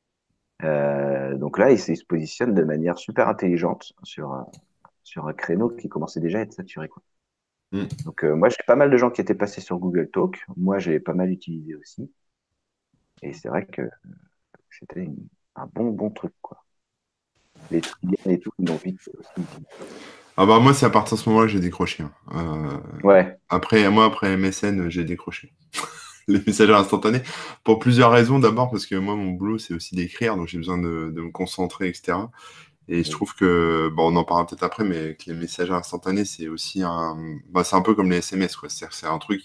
[SPEAKER 3] Donc là, il se positionne de manière super intelligente sur un créneau qui commençait déjà à être saturé, quoi. Donc moi, j'ai pas mal de gens qui étaient passés sur Google Talk. Moi, j'ai pas mal utilisé aussi. Et c'est vrai que c'était un bon truc, quoi. Les triggers et tout, ils l'ont vite aussi.
[SPEAKER 2] Ah bah moi, c'est à partir de ce moment-là que j'ai décroché.
[SPEAKER 3] Ouais.
[SPEAKER 2] Après MSN, j'ai décroché. Les messageries instantanés, pour plusieurs raisons. D'abord parce que moi, mon boulot, c'est aussi d'écrire, donc j'ai besoin de me concentrer, etc. Et je trouve que, on en parlera peut-être après, mais que les messageries instantanées, c'est aussi c'est un peu comme les SMS, quoi. C'est-à-dire que c'est un truc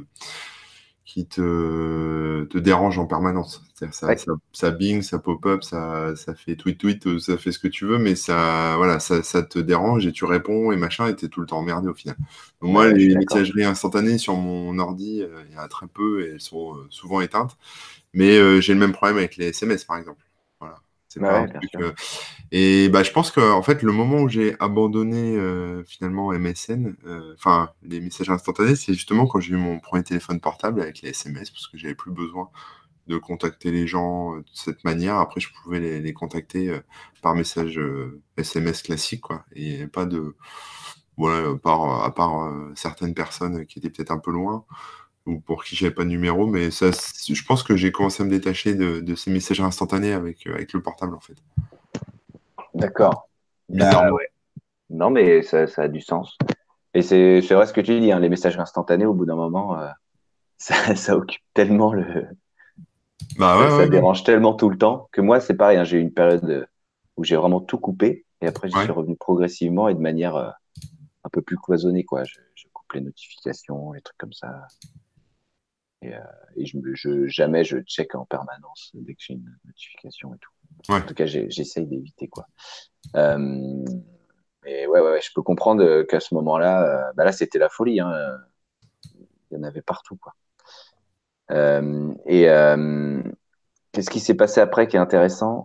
[SPEAKER 2] qui te dérange en permanence. C'est-à-dire ça bing, ça pop-up, ça fait tweet, ça fait ce que tu veux, mais ça te dérange et tu réponds et machin, et t'es tout le temps emmerdé au final. Donc moi, les messageries instantanées sur mon ordi, il y en a très peu et elles sont souvent éteintes. Mais j'ai le même problème avec les SMS, par exemple. Voilà. C'est pas un truc. Et je pense que en fait, le moment où j'ai abandonné finalement MSN, les messages instantanés, c'est justement quand j'ai eu mon premier téléphone portable avec les SMS, parce que j'avais plus besoin de contacter les gens de cette manière. Après, je pouvais les contacter par message SMS classique, quoi, et pas de à part certaines personnes qui étaient peut-être un peu loin ou pour qui j'avais pas de numéro, mais ça, je pense que j'ai commencé à me détacher de ces messages instantanés avec le portable, en fait.
[SPEAKER 3] D'accord. Ouais. Non, mais ça a du sens. Et c'est vrai ce que tu dis, hein, les messages instantanés, au bout d'un moment, ça occupe tellement ça dérange tellement tout le temps que moi, c'est pareil, hein, j'ai eu une période où j'ai vraiment tout coupé et après, j'y suis revenu progressivement et de manière un peu plus cloisonnée, quoi. Je coupe les notifications, les trucs comme ça. Et jamais je check en permanence dès que j'ai une notification et tout. Ouais. En tout cas, j'essaye d'éviter, quoi. Mais ouais, je peux comprendre qu'à ce moment-là, là, c'était la folie, hein. Il y en avait partout, quoi. Qu'est-ce qui s'est passé après qui est intéressant,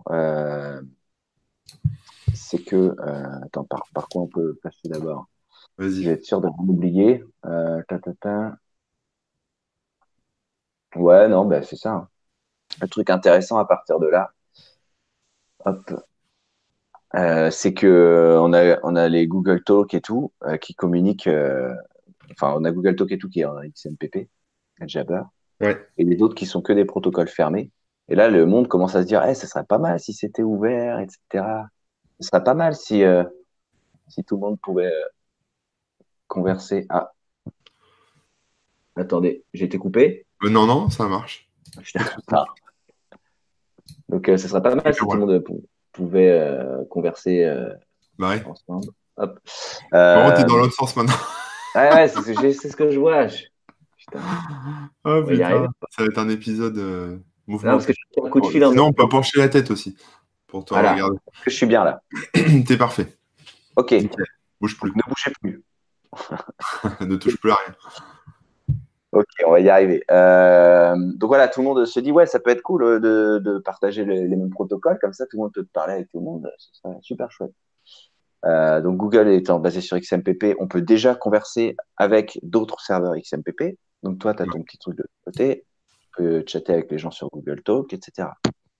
[SPEAKER 3] c'est que attends, par quoi on peut passer d'abord?
[SPEAKER 2] Vas-y.
[SPEAKER 3] Je vais être sûr de ne pas oublier. Ouais, non, c'est ça, hein. Le truc intéressant à partir de là, hop, c'est que on a les Google Talk et tout qui communiquent. On a Google Talk et tout qui est en XMPP, Jabber, et les autres qui sont que des protocoles fermés. Et là, le monde commence à se dire, ça serait pas mal si c'était ouvert, etc. Ce serait pas mal si tout le monde pouvait converser. Ah, attendez, j'ai été coupé.
[SPEAKER 2] Non, non, ça marche. Pas de souci.
[SPEAKER 3] Ah. Donc, ce serait pas mal
[SPEAKER 2] Ok,
[SPEAKER 3] si tout le
[SPEAKER 2] voilà.
[SPEAKER 3] monde pouvait converser
[SPEAKER 2] Bah ouais.
[SPEAKER 3] ensemble. Hop.
[SPEAKER 2] Bon, t'es
[SPEAKER 3] Euh,
[SPEAKER 2] dans l'autre sens maintenant.
[SPEAKER 3] ouais, c'est ce que je vois. Putain,
[SPEAKER 2] Oh
[SPEAKER 3] on va y arriver.
[SPEAKER 2] putain, ça va être un épisode
[SPEAKER 3] Non, parce que
[SPEAKER 2] mouvementé.
[SPEAKER 3] j'ai un coup de
[SPEAKER 2] Bon,
[SPEAKER 3] fil en même
[SPEAKER 2] sinon, on peut
[SPEAKER 3] temps.
[SPEAKER 2] pencher la tête aussi pour te
[SPEAKER 3] Voilà,
[SPEAKER 2] regarder.
[SPEAKER 3] que je suis bien là.
[SPEAKER 2] T'es parfait.
[SPEAKER 3] Ok,
[SPEAKER 2] Nickel. Bouge
[SPEAKER 3] donc
[SPEAKER 2] plus.
[SPEAKER 3] ne bougez plus.
[SPEAKER 2] Ne touche plus à rien.
[SPEAKER 3] Ok, on va y arriver. Donc voilà, tout le monde se dit, ouais, ça peut être cool de partager les mêmes protocoles, comme ça tout le monde peut parler avec tout le monde, ce serait super chouette. Donc Google étant basé sur XMPP, on peut déjà converser avec d'autres serveurs XMPP. Donc toi, tu as ton petit truc de côté, tu peux chatter avec les gens sur Google Talk, etc.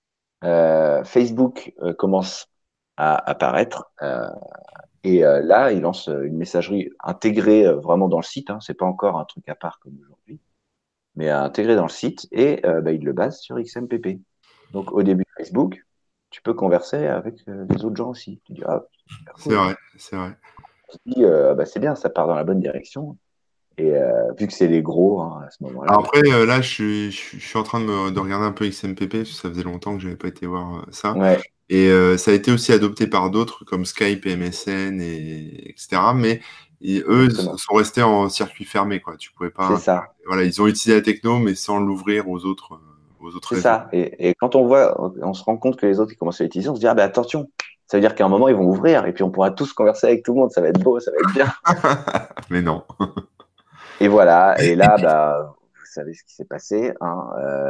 [SPEAKER 3] Facebook commence à apparaître. Et là, il lance une messagerie intégrée vraiment dans le site. Hein. C'est pas encore un truc à part comme aujourd'hui, mais intégré dans le site. Et il le base sur XMPP. Donc au début de Facebook, tu peux converser avec les autres gens aussi. Tu dis, ah, c'est super
[SPEAKER 2] C'est
[SPEAKER 3] cool.
[SPEAKER 2] vrai, c'est vrai.
[SPEAKER 3] Tu dis, c'est bien, ça part dans la bonne direction. Et vu que c'est les gros hein, à ce moment-là,
[SPEAKER 2] Alors après, là, je suis en train de regarder un peu XMPP, parce que ça faisait longtemps que je n'avais pas été voir ça.
[SPEAKER 3] ouais,
[SPEAKER 2] Et ça a été aussi adopté par d'autres, comme Skype, MSN, etc. Mais eux
[SPEAKER 3] exactement.
[SPEAKER 2] sont restés en circuit fermé, quoi. Tu pouvais
[SPEAKER 3] C'est
[SPEAKER 2] pas.
[SPEAKER 3] ça.
[SPEAKER 2] Voilà, ils ont utilisé la techno, mais sans l'ouvrir aux autres
[SPEAKER 3] C'est
[SPEAKER 2] réseaux.
[SPEAKER 3] ça. Et quand on voit, on se rend compte que les autres ils commencent à l'utiliser, on se dit, ah ben attention, ça veut dire qu'à un moment ils vont ouvrir et puis on pourra tous converser avec tout le monde, ça va être beau, ça va être bien.
[SPEAKER 2] Mais non.
[SPEAKER 3] Et voilà, et là, vous savez ce qui s'est passé. Hein,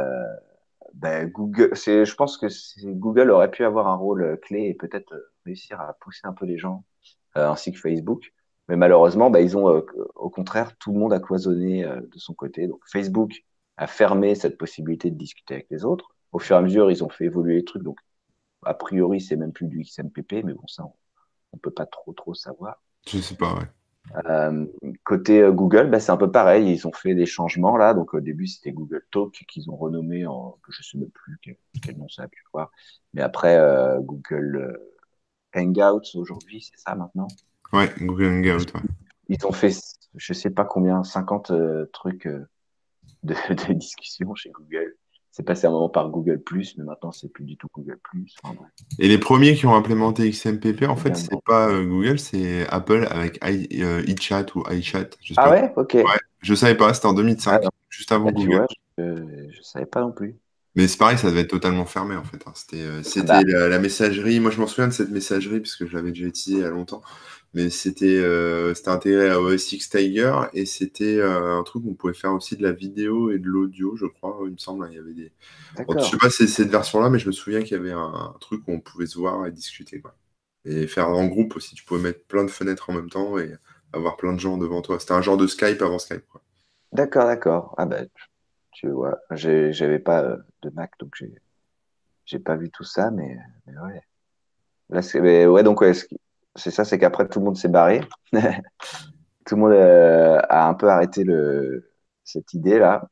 [SPEAKER 3] Google, je pense que Google aurait pu avoir un rôle clé et peut-être réussir à pousser un peu les gens, ainsi que Facebook. Mais malheureusement, ils ont au contraire, tout le monde a cloisonné de son côté. Donc Facebook a fermé cette possibilité de discuter avec les autres. Au fur et à mesure, ils ont fait évoluer les trucs. Donc a priori, c'est même plus du XMPP, mais bon, ça, on peut pas trop savoir.
[SPEAKER 2] Je sais pas, ouais.
[SPEAKER 3] Euh, Côté Google, c'est un peu pareil. Ils ont fait des changements là. Donc au début, c'était Google Talk qu'ils ont renommé en, je sais même plus quel nom ça a pu voir. Mais après, Google Hangouts aujourd'hui, c'est ça maintenant.
[SPEAKER 2] Ouais, Google Hangout, ouais.
[SPEAKER 3] Ils ont fait, je sais pas combien, 50 trucs de discussion chez Google. C'est passé un moment par Google+, mais maintenant c'est plus du tout Google+. Enfin, bref,
[SPEAKER 2] Et les premiers qui ont implémenté XMPP, en
[SPEAKER 3] c'est bien
[SPEAKER 2] fait,
[SPEAKER 3] le
[SPEAKER 2] c'est
[SPEAKER 3] bordel.
[SPEAKER 2] pas Google, c'est Apple avec iChat ou iChat. Je sais
[SPEAKER 3] Ah
[SPEAKER 2] pas.
[SPEAKER 3] ouais, ok.
[SPEAKER 2] Ouais, je savais pas, c'était en
[SPEAKER 3] Ah
[SPEAKER 2] 2005,
[SPEAKER 3] non,
[SPEAKER 2] juste avant
[SPEAKER 3] tu
[SPEAKER 2] Google.
[SPEAKER 3] vois, je savais pas non plus.
[SPEAKER 2] Mais c'est pareil, ça devait être totalement fermé en fait, hein.
[SPEAKER 3] Ah
[SPEAKER 2] C'était la messagerie. Moi, je m'en souviens de cette messagerie puisque je l'avais déjà utilisée il y a longtemps. Mais c'était intégré à OS X Tiger et c'était un truc où on pouvait faire aussi de la vidéo et de l'audio, je crois. Il me semble, hein, il y avait des. Bon, je sais
[SPEAKER 3] d'accord.
[SPEAKER 2] pas si c'est cette version-là, mais je me souviens qu'il y avait un truc où on pouvait se voir et discuter, quoi. Et faire en groupe aussi. Tu pouvais mettre plein de fenêtres en même temps et avoir plein de gens devant toi. C'était un genre de Skype avant Skype, quoi.
[SPEAKER 3] D'accord. Ah tu vois, j'avais pas de Mac, donc j'ai pas vu tout ça, mais ouais. Là, mais ouais, donc ouais, c'est ça, c'est qu'après tout le monde s'est barré. Tout le monde a un peu arrêté cette idée-là.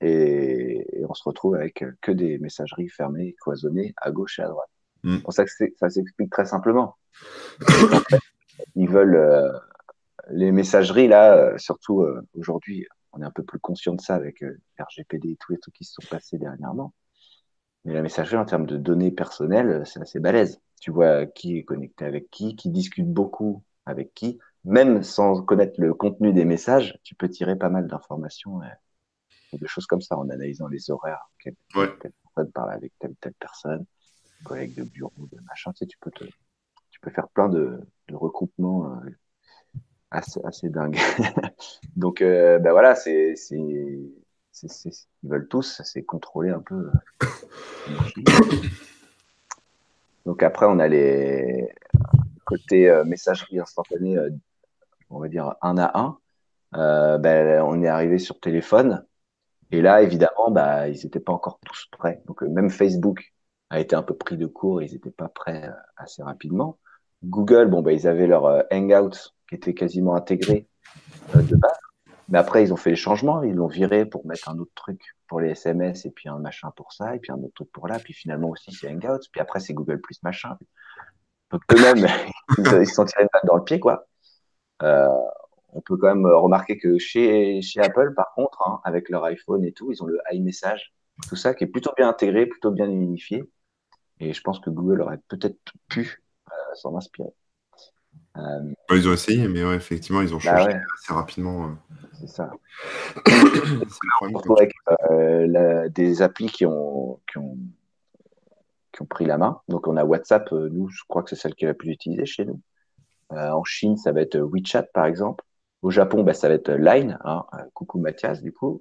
[SPEAKER 3] Et on se retrouve avec que des messageries fermées, cloisonnées à gauche et à droite.
[SPEAKER 2] Hmm.
[SPEAKER 3] Pour ça que ça s'explique très simplement. C'est qu'en fait, ils veulent les messageries là, surtout aujourd'hui, on est un peu plus conscient de ça avec RGPD et tous les trucs qui se sont passés dernièrement. Mais la messagerie en termes de données personnelles, c'est assez balèze. Tu vois qui est connecté avec qui discute beaucoup avec qui. Même sans connaître le contenu des messages, tu peux tirer pas mal d'informations et de choses comme ça en analysant les horaires.
[SPEAKER 2] Ouais.
[SPEAKER 3] Telle personne parle avec telle personne, collègue de bureau, de machin. Tu sais, tu peux faire plein de recoupements assez dingues. Donc, voilà, c'est ce qu'ils veulent tous, c'est contrôler un peu la machine. Donc après, on a les côté messagerie instantanée, on va dire un à un. On est arrivé sur téléphone. Et là, évidemment, ils n'étaient pas encore tous prêts. Donc même Facebook a été un peu pris de court. Ils n'étaient pas prêts assez rapidement. Google, ils avaient leur Hangout qui était quasiment intégré de base. Mais après, ils ont fait les changements. Ils l'ont viré pour mettre un autre truc pour les SMS et puis un machin pour ça et puis un autre truc pour là. Puis finalement aussi, c'est Hangouts. Puis après, c'est Google Plus machin. Donc eux-mêmes, ils se sont tirés une balle dans le pied, quoi. Euh, on peut quand même remarquer que chez Apple, par contre, hein, avec leur iPhone et tout, ils ont le iMessage, tout ça qui est plutôt bien intégré, plutôt bien unifié. Et je pense que Google aurait peut-être pu s'en inspirer.
[SPEAKER 2] Ils ont essayé, mais ouais, effectivement, ils ont
[SPEAKER 3] Bah
[SPEAKER 2] changé
[SPEAKER 3] ouais,
[SPEAKER 2] assez rapidement.
[SPEAKER 3] c'est ça.
[SPEAKER 2] C'est le
[SPEAKER 3] On se
[SPEAKER 2] problème
[SPEAKER 3] retrouve avec des applis qui ont pris la main. Donc on a WhatsApp, nous, je crois que c'est celle qui est la plus utilisée chez nous. En Chine, ça va être WeChat, par exemple. Au Japon, bah, ça va être Line. Hein. Coucou Mathias, du coup,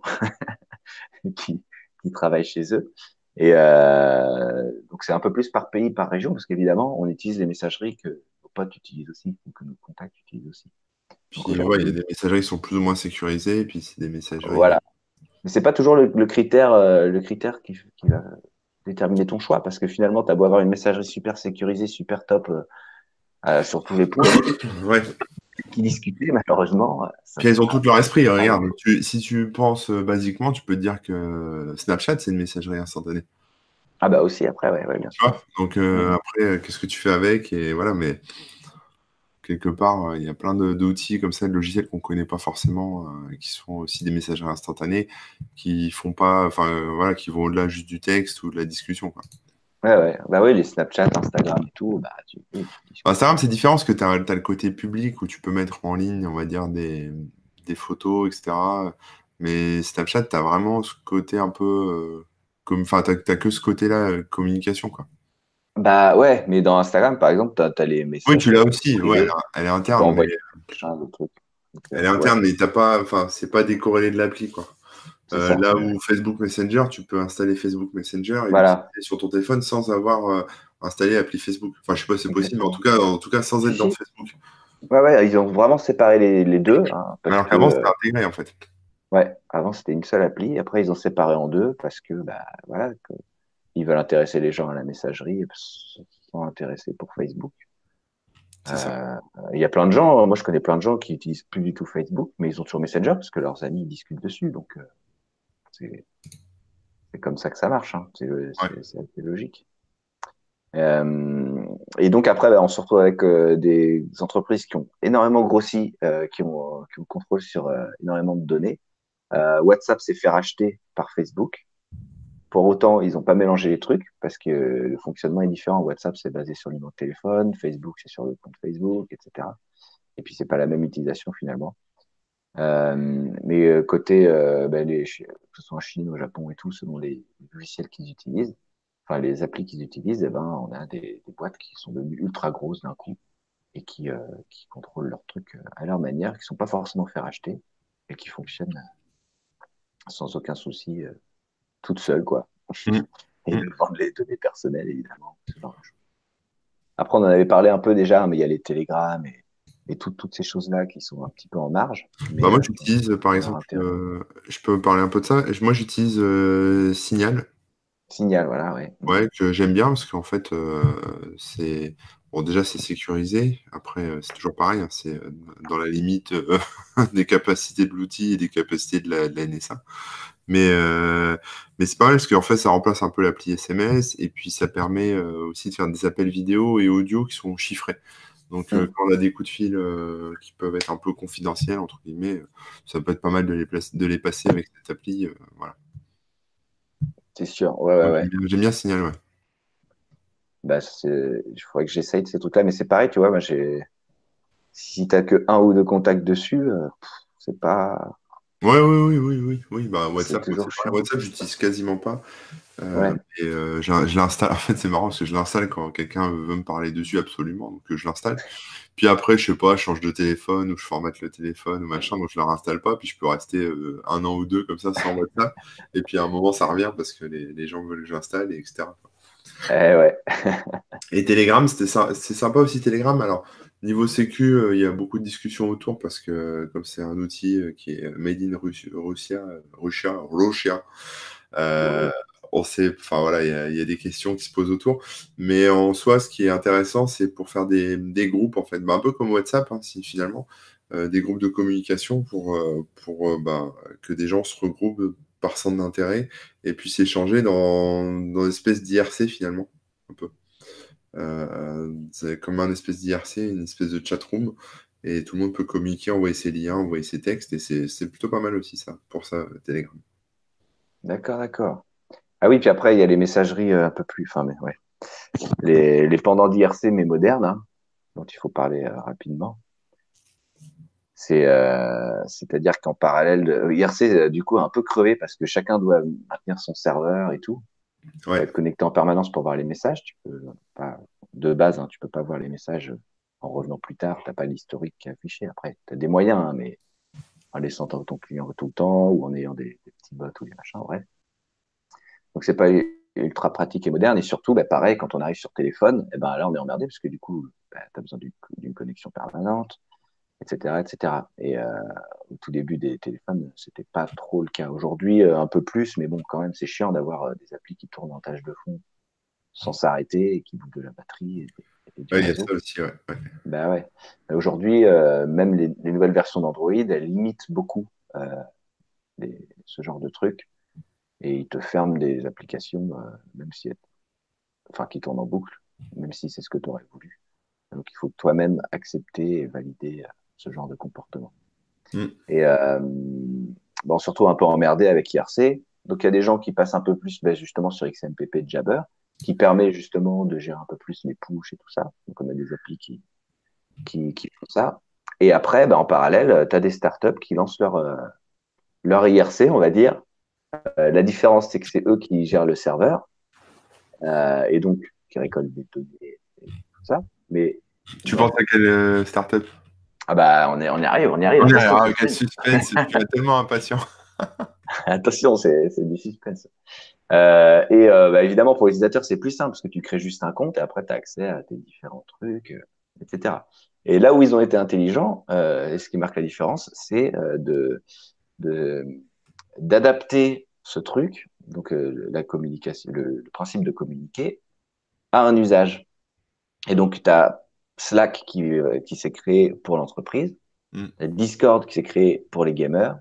[SPEAKER 3] qui, qui travaille chez eux. Et donc, c'est un peu plus par pays, par région, parce qu'évidemment, on utilise les messageries que nos potes utilisent aussi, ou que nos contacts utilisent aussi. Donc,
[SPEAKER 2] Puis ouais, il y a
[SPEAKER 3] aujourd'hui,
[SPEAKER 2] des messageries qui sont plus ou moins sécurisées, et puis c'est des messageries.
[SPEAKER 3] voilà. Mais c'est pas toujours le critère qui va déterminer ton choix, parce que finalement, tu as beau avoir une messagerie super sécurisée, super top sur tous les points,
[SPEAKER 2] Ouais.
[SPEAKER 3] qui discuter, malheureusement, ça
[SPEAKER 2] Puis elles ont
[SPEAKER 3] sera
[SPEAKER 2] tout leur esprit.
[SPEAKER 3] pas.
[SPEAKER 2] Regarde, si tu penses basiquement, tu peux te dire que Snapchat, c'est une messagerie instantanée.
[SPEAKER 3] Ah bah aussi, après, ouais, bien
[SPEAKER 2] Tu
[SPEAKER 3] sûr.
[SPEAKER 2] vois. Donc
[SPEAKER 3] Mhm.
[SPEAKER 2] après, qu'est-ce que tu fais avec? Et voilà, mais quelque part, il y a plein d'outils comme ça, de logiciels qu'on connaît pas forcément, qui sont aussi des messageries instantanées, qui font pas, enfin voilà, qui vont au-delà juste du texte ou de la discussion, quoi.
[SPEAKER 3] Ouais. Bah oui, les Snapchat, Instagram et tout, bah oui, tu discutes.
[SPEAKER 2] Instagram, c'est différent parce que tu as le côté public où tu peux mettre en ligne, on va dire, des photos, etc. Mais Snapchat, tu as vraiment ce côté un peu comme, enfin, t'as que ce côté-là, communication, quoi.
[SPEAKER 3] Bah ouais, mais dans Instagram, par exemple, t'as les
[SPEAKER 2] Oui,
[SPEAKER 3] messages
[SPEAKER 2] tu l'as aussi, ouais,
[SPEAKER 3] privés,
[SPEAKER 2] elle est
[SPEAKER 3] tu peux
[SPEAKER 2] interne, mais
[SPEAKER 3] envoyer plein de trucs. Donc,
[SPEAKER 2] t'as pas, enfin, c'est pas décorrélé de l'appli, quoi.
[SPEAKER 3] c'est ça.
[SPEAKER 2] Là où Facebook Messenger, tu peux installer Facebook Messenger et l'utiliser
[SPEAKER 3] Voilà,
[SPEAKER 2] sur ton téléphone sans avoir installé l'appli Facebook. Enfin, je sais pas si c'est possible, mais
[SPEAKER 3] exactement.
[SPEAKER 2] en tout cas, sans
[SPEAKER 3] Si,
[SPEAKER 2] être dans
[SPEAKER 3] si.
[SPEAKER 2] Facebook.
[SPEAKER 3] Ouais, ils ont vraiment séparé les deux, hein, parce
[SPEAKER 2] Alors
[SPEAKER 3] que,
[SPEAKER 2] qu'avant, c'était intégré, en fait.
[SPEAKER 3] ouais, avant c'était une seule appli, après ils ont séparé en deux, parce que, bah voilà, ils veulent intéresser les gens à la messagerie, et sont intéressés pour Facebook.
[SPEAKER 2] C'est ça.
[SPEAKER 3] Il y a plein de gens, moi je connais plein de gens qui utilisent plus du tout Facebook, mais ils ont toujours Messenger parce que leurs amis ils discutent dessus. Donc c'est c'est comme ça que ça marche. Hein.
[SPEAKER 2] Ouais.
[SPEAKER 3] C'est assez logique. Euh, et donc après, bah, on se retrouve avec des entreprises qui ont énormément grossi, qui ont le contrôle sur énormément de données. WhatsApp s'est fait racheter par Facebook. Pour autant, ils n'ont pas mélangé les trucs parce que le fonctionnement est différent. WhatsApp, c'est basé sur le numéro de téléphone, Facebook, c'est sur le compte Facebook, etc. Et puis, c'est pas la même utilisation finalement. Mais côté, que ce soit en Chine, au Japon et tout, selon les logiciels qu'ils utilisent, enfin les applis qu'ils utilisent, eh ben, on a des boîtes qui sont devenues ultra grosses d'un coup et qui contrôlent leurs trucs à leur manière, qui sont pas forcément fait racheter et qui fonctionnent sans aucun souci, toutes seules, quoi.
[SPEAKER 2] Mm.
[SPEAKER 3] Et
[SPEAKER 2] Mm.
[SPEAKER 3] ils vendent les données personnelles, évidemment. Ce genre de choses. Après, on en avait parlé un peu déjà, mais il y a les télégrammes et toutes ces choses-là qui sont un petit peu en marge,
[SPEAKER 2] Bah,
[SPEAKER 3] mais
[SPEAKER 2] moi,
[SPEAKER 3] qui
[SPEAKER 2] j'utilise, par
[SPEAKER 3] ont leur
[SPEAKER 2] exemple,
[SPEAKER 3] intérêt.
[SPEAKER 2] je peux parler un peu de ça. Moi, j'utilise Signal,
[SPEAKER 3] Signal, voilà, ouais.
[SPEAKER 2] ouais, que j'aime bien parce qu'en fait, c'est bon, déjà, c'est sécurisé. Après, c'est toujours pareil, hein, c'est dans la limite des capacités de l'outil et des capacités de la NSA. Mais c'est pas mal parce qu'en fait, ça remplace un peu l'appli SMS et puis ça permet aussi de faire des appels vidéo et audio qui sont chiffrés. Donc,
[SPEAKER 3] Mm.
[SPEAKER 2] quand on a des coups de fil qui peuvent être un peu confidentiels, entre guillemets, ça peut être pas mal de les passer avec cette appli. Voilà.
[SPEAKER 3] C'est sûr, ouais.
[SPEAKER 2] J'aime bien Signal, ouais.
[SPEAKER 3] Bah, il faudrait que j'essaye de ces trucs-là, mais c'est pareil, tu vois, moi, si t'as que un ou deux contacts dessus, c'est pas,
[SPEAKER 2] Ouais, oui. Bah,
[SPEAKER 3] c'est
[SPEAKER 2] WhatsApp, moi,
[SPEAKER 3] toujours
[SPEAKER 2] c'est pareil.
[SPEAKER 3] chiant.
[SPEAKER 2] WhatsApp, j'utilise quasiment pas.
[SPEAKER 3] Ouais,
[SPEAKER 2] Je l'installe. En fait, c'est marrant parce que je l'installe quand quelqu'un veut me parler dessus absolument. Donc, je l'installe. Puis après, je sais pas, je change de téléphone ou je formate le téléphone ou machin. Donc, je ne le réinstalle pas. Puis, je peux rester 1 an ou deux comme ça sans WhatsApp. Et puis, à un moment, ça revient parce que les gens veulent que je l'installe, et etc.
[SPEAKER 3] ouais.
[SPEAKER 2] Et Telegram, c'est sympa aussi Telegram. Alors, niveau sécu, il y a beaucoup de discussions autour parce que comme c'est un outil qui est made in Russia, euh, on sait, enfin voilà, il y a des questions qui se posent autour. Mais en soi, ce qui est intéressant, c'est pour faire des groupes, en fait, bah, un peu comme WhatsApp, hein, si, finalement, des groupes de communication pour que des gens se regroupent par centre d'intérêt et puissent échanger dans une espèce d'IRC finalement, un peu. C'est comme un espèce d'IRC, une espèce de chatroom, et tout le monde peut communiquer, envoyer ses liens, envoyer ses textes, et c'est plutôt pas mal aussi ça, pour ça, Telegram.
[SPEAKER 3] D'accord, d'accord. Ah oui, puis après, il y a les messageries un peu plus, enfin, mais ouais, les pendants d'IRC, mais modernes, hein, dont il faut parler rapidement. C'est-à-dire qu'en parallèle, IRC, du coup, a un peu crevé parce que chacun doit maintenir son serveur et tout. Tu peux
[SPEAKER 2] Ouais.
[SPEAKER 3] être connecté en permanence pour voir les messages. Tu peux pas, de base, hein, tu peux pas voir les messages en revenant plus tard. T'as pas l'historique qui est affiché. Après, tu as des moyens, hein, mais en laissant ton client tout le temps ou en ayant des petits bots ou des machins, bref. Donc, c'est pas ultra pratique et moderne. Et surtout, bah, pareil, quand on arrive sur téléphone, eh ben, là, on est emmerdé parce que du coup, bah, tu as besoin d'une connexion permanente, etc., etc. Et au tout début des téléphones, c'était pas trop le cas. Aujourd'hui, un peu plus, mais bon, quand même, c'est chiant d'avoir des applis qui tournent en tâche de fond sans s'arrêter et qui bouffent de la batterie et du
[SPEAKER 2] Ouais, il y a
[SPEAKER 3] réseau.
[SPEAKER 2] ça aussi, ouais.
[SPEAKER 3] Bah ouais. Aujourd'hui, même les nouvelles versions d'Android, elles limitent beaucoup ce genre de trucs et ils te ferment des applications, même si enfin, qui tournent en boucle, même si c'est ce que tu aurais voulu. Donc, il faut toi-même accepter et valider ce genre de comportement.
[SPEAKER 2] Mm.
[SPEAKER 3] Et bon, surtout un peu emmerdé avec IRC. Donc, il y a des gens qui passent un peu plus justement sur XMPP de Jabber, qui permet justement de gérer un peu plus les push et tout ça. Donc, on a des applis qui font ça. Et après, en parallèle, tu as des startups qui lancent leur IRC, on va dire. La différence, c'est que c'est eux qui gèrent le serveur et donc qui récoltent des données et tout ça. Mais
[SPEAKER 2] Tu penses à quelle startup?
[SPEAKER 3] ah bah, on y arrive, on y arrive.
[SPEAKER 2] On est
[SPEAKER 3] Attention,
[SPEAKER 2] quel suspense, je suis tellement impatient.
[SPEAKER 3] attention, c'est du suspense. Évidemment, pour les utilisateurs, c'est plus simple parce que tu crées juste un compte et après, tu as accès à tes différents trucs, etc. Et là où ils ont été intelligents, et ce qui marque la différence, c'est de, d'adapter ce truc, donc la communication, le principe de communiquer, à un usage. Et donc, tu as Slack qui s'est créé pour l'entreprise,
[SPEAKER 2] Mm.
[SPEAKER 3] Discord qui s'est créé pour les gamers,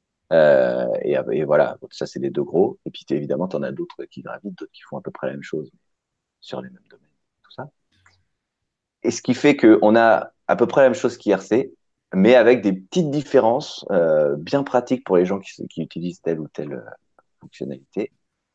[SPEAKER 3] et voilà, ça c'est les deux gros. Et puis évidemment, tu en as d'autres qui gravitent, d'autres qui font à peu près la même chose sur les mêmes domaines, tout ça. Et ce qui fait qu'on a à peu près la même chose qu'IRC, mais avec des petites différences bien pratiques pour les gens qui utilisent telle ou telle fonctionnalité.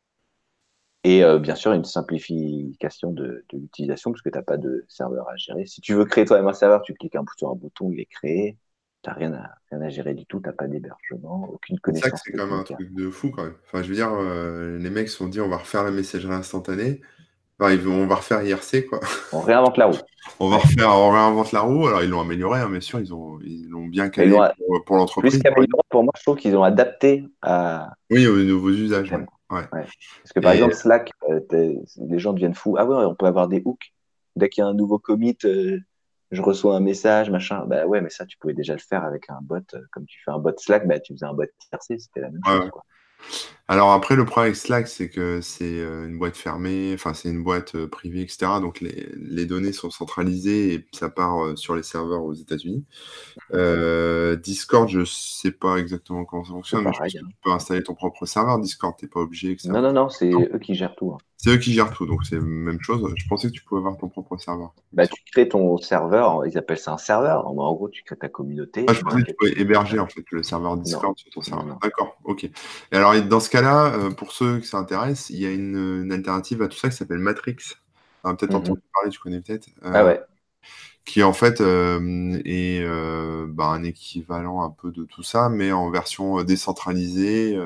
[SPEAKER 3] Et bien sûr, une simplification de l'utilisation, parce que tu n'as pas de serveur à gérer. Si tu veux créer toi-même un serveur, tu cliques sur un bouton, il est créé. Tu n'as rien à gérer du tout, tu n'as pas d'hébergement, aucune
[SPEAKER 2] C'est ça que
[SPEAKER 3] connaissance
[SPEAKER 2] c'est quand même un
[SPEAKER 3] technique.
[SPEAKER 2] truc de fou quand même. Enfin, je veux dire, les mecs se sont dit on va refaire la messagerie instantanée. Enfin, on va refaire IRC, quoi.
[SPEAKER 3] On réinvente la roue.
[SPEAKER 2] On réinvente la roue. Alors, ils l'ont amélioré, hein, bien sûr, ils l'ont bien
[SPEAKER 3] Mais ils
[SPEAKER 2] calé
[SPEAKER 3] ont,
[SPEAKER 2] pour
[SPEAKER 3] plus
[SPEAKER 2] l'entreprise.
[SPEAKER 3] qu'amélioré, pour moi, je trouve qu'ils ont adapté à
[SPEAKER 2] Oui, aux nouveaux usages, ouais.
[SPEAKER 3] thème.
[SPEAKER 2] Ouais.
[SPEAKER 3] Ouais. Parce que par
[SPEAKER 2] Et
[SPEAKER 3] exemple, Slack, les gens deviennent fous. Ah ouais, on peut avoir des hooks. Dès qu'il y a un nouveau commit, je reçois un message, machin. Bah ouais, mais ça, tu pouvais déjà le faire avec un bot. Comme tu fais un bot Slack, bah, tu faisais un bot IRC, c'était la même
[SPEAKER 2] ouais,
[SPEAKER 3] chose,
[SPEAKER 2] ouais.
[SPEAKER 3] quoi.
[SPEAKER 2] Alors après, le problème avec Slack, c'est que c'est une boîte fermée, enfin c'est une boîte privée, etc. Donc les données sont centralisées et ça part sur les serveurs aux États-Unis. Discord, je sais pas exactement comment ça
[SPEAKER 3] C'est
[SPEAKER 2] fonctionne, mais je pense
[SPEAKER 3] pareil,
[SPEAKER 2] que
[SPEAKER 3] hein.
[SPEAKER 2] tu peux installer ton propre serveur Discord, t'es pas obligé que ça.
[SPEAKER 3] Non, non, non, c'est eux qui gèrent tout, hein.
[SPEAKER 2] C'est eux qui gèrent tout, donc c'est la même chose. Je pensais que tu pouvais avoir ton propre serveur.
[SPEAKER 3] Bah, tu crées ton serveur, ils appellent ça un serveur. En gros, tu crées ta communauté
[SPEAKER 2] Ah, je
[SPEAKER 3] dans
[SPEAKER 2] pensais que tu
[SPEAKER 3] laquelle
[SPEAKER 2] pouvais
[SPEAKER 3] tu
[SPEAKER 2] héberger en fait le serveur
[SPEAKER 3] Non,
[SPEAKER 2] Discord sur ton
[SPEAKER 3] non,
[SPEAKER 2] serveur.
[SPEAKER 3] non.
[SPEAKER 2] D'accord, ok. Et alors dans ce cas-là, pour ceux qui s'intéressent, il y a une alternative à tout ça qui s'appelle Matrix. On a peut-être
[SPEAKER 3] Mhm.
[SPEAKER 2] entendu parler, tu connais peut-être,
[SPEAKER 3] Ah ouais.
[SPEAKER 2] qui en fait est un équivalent un peu de tout ça, mais en version décentralisée.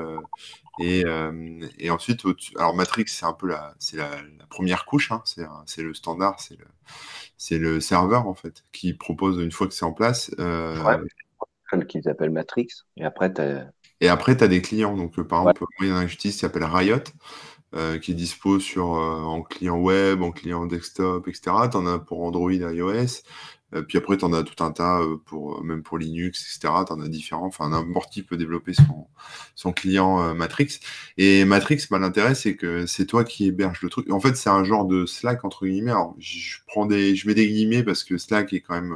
[SPEAKER 2] Et ensuite, alors Matrix, c'est un peu la première couche, hein, c'est le standard, c'est le serveur en fait qui propose une fois que c'est en place.
[SPEAKER 3] Ouais, celle qu'ils appellent Matrix. Et après,
[SPEAKER 2] Et après, tu as des clients. Donc, par
[SPEAKER 3] ouais.
[SPEAKER 2] exemple, moi, il y en a un que j'utilise qui s'appelle Riot, qui est dispo en client web, en client desktop, etc. Tu en as pour Android, iOS. Puis après, tu en as tout un tas même pour Linux, etc. Tu en as différents. Enfin, n'importe qui peut développer son client Matrix. Et Matrix, l'intérêt, c'est que c'est toi qui héberges le truc. En fait, c'est un genre de Slack, entre guillemets. Alors, je mets des guillemets parce que Slack est quand même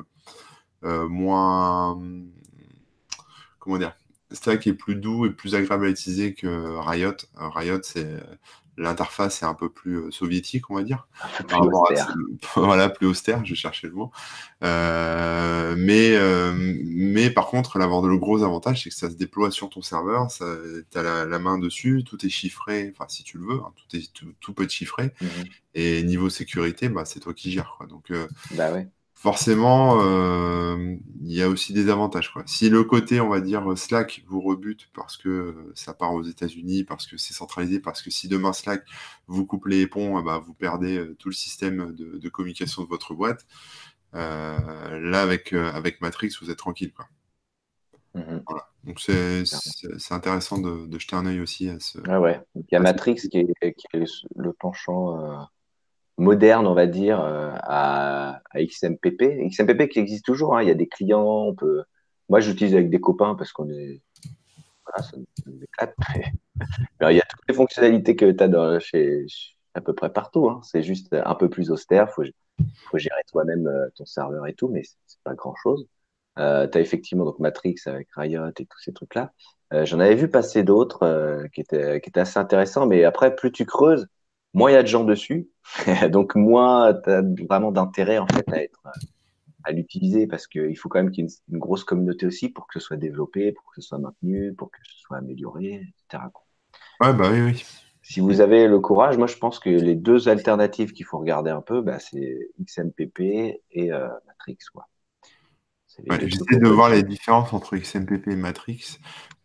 [SPEAKER 2] moins... Comment dire? Slack est plus doux et plus agréable à utiliser que Riot. Riot, c'est l'interface est un peu plus soviétique, on va dire,
[SPEAKER 3] Un peu
[SPEAKER 2] par
[SPEAKER 3] plus
[SPEAKER 2] rapport
[SPEAKER 3] austère.
[SPEAKER 2] voilà, plus austère, je cherchais le mot. Mais par contre, le gros avantage, c'est que ça se déploie sur ton serveur, tu as la main dessus, tout est chiffré, enfin si tu le veux, hein, tout peut être chiffré. Et niveau sécurité, bah, c'est toi qui gères, quoi. Donc,
[SPEAKER 3] Bah ouais.
[SPEAKER 2] forcément, il y a aussi des avantages, quoi. Si le côté, on va dire, Slack vous rebute parce que ça part aux États-Unis, parce que c'est centralisé, parce que si demain Slack vous coupe les ponts, bah, vous perdez tout le système de communication de votre boîte. Là, avec Matrix, vous êtes tranquille, quoi. Voilà. Donc, c'est intéressant de jeter un œil aussi à ce.
[SPEAKER 3] Ah ouais. Donc, il y a Matrix qui est le penchant moderne, on va dire, à XMPP. XMPP qui existe toujours, hein. Il y a des clients, moi j'utilise avec des copains parce qu'on est. Voilà, ça nous éclate. Mais il y a toutes les fonctionnalités que tu as chez à peu près partout, hein. C'est juste un peu plus austère. Faut gérer toi-même ton serveur et tout, mais c'est pas grand-chose. Tu as effectivement donc Matrix avec Riot et tous ces trucs-là. J'en avais vu passer d'autres qui étaient assez intéressants, mais après, plus tu creuses, moins il y a de gens dessus. Donc, moins tu as vraiment d'intérêt en fait à l'utiliser parce qu'il faut quand même qu'il y ait une grosse communauté aussi pour que ce soit développé, pour que ce soit maintenu, pour que ce soit amélioré, etc.
[SPEAKER 2] Ouais, bah oui, oui.
[SPEAKER 3] Si vous avez le courage, moi je pense que les deux alternatives qu'il faut regarder un peu, bah, c'est XMPP et Matrix, quoi. C'est les
[SPEAKER 2] Ouais,
[SPEAKER 3] deux trucs
[SPEAKER 2] j'essaie
[SPEAKER 3] qu'on
[SPEAKER 2] de
[SPEAKER 3] peut
[SPEAKER 2] voir les
[SPEAKER 3] utiliser.
[SPEAKER 2] différences entre XMPP et Matrix.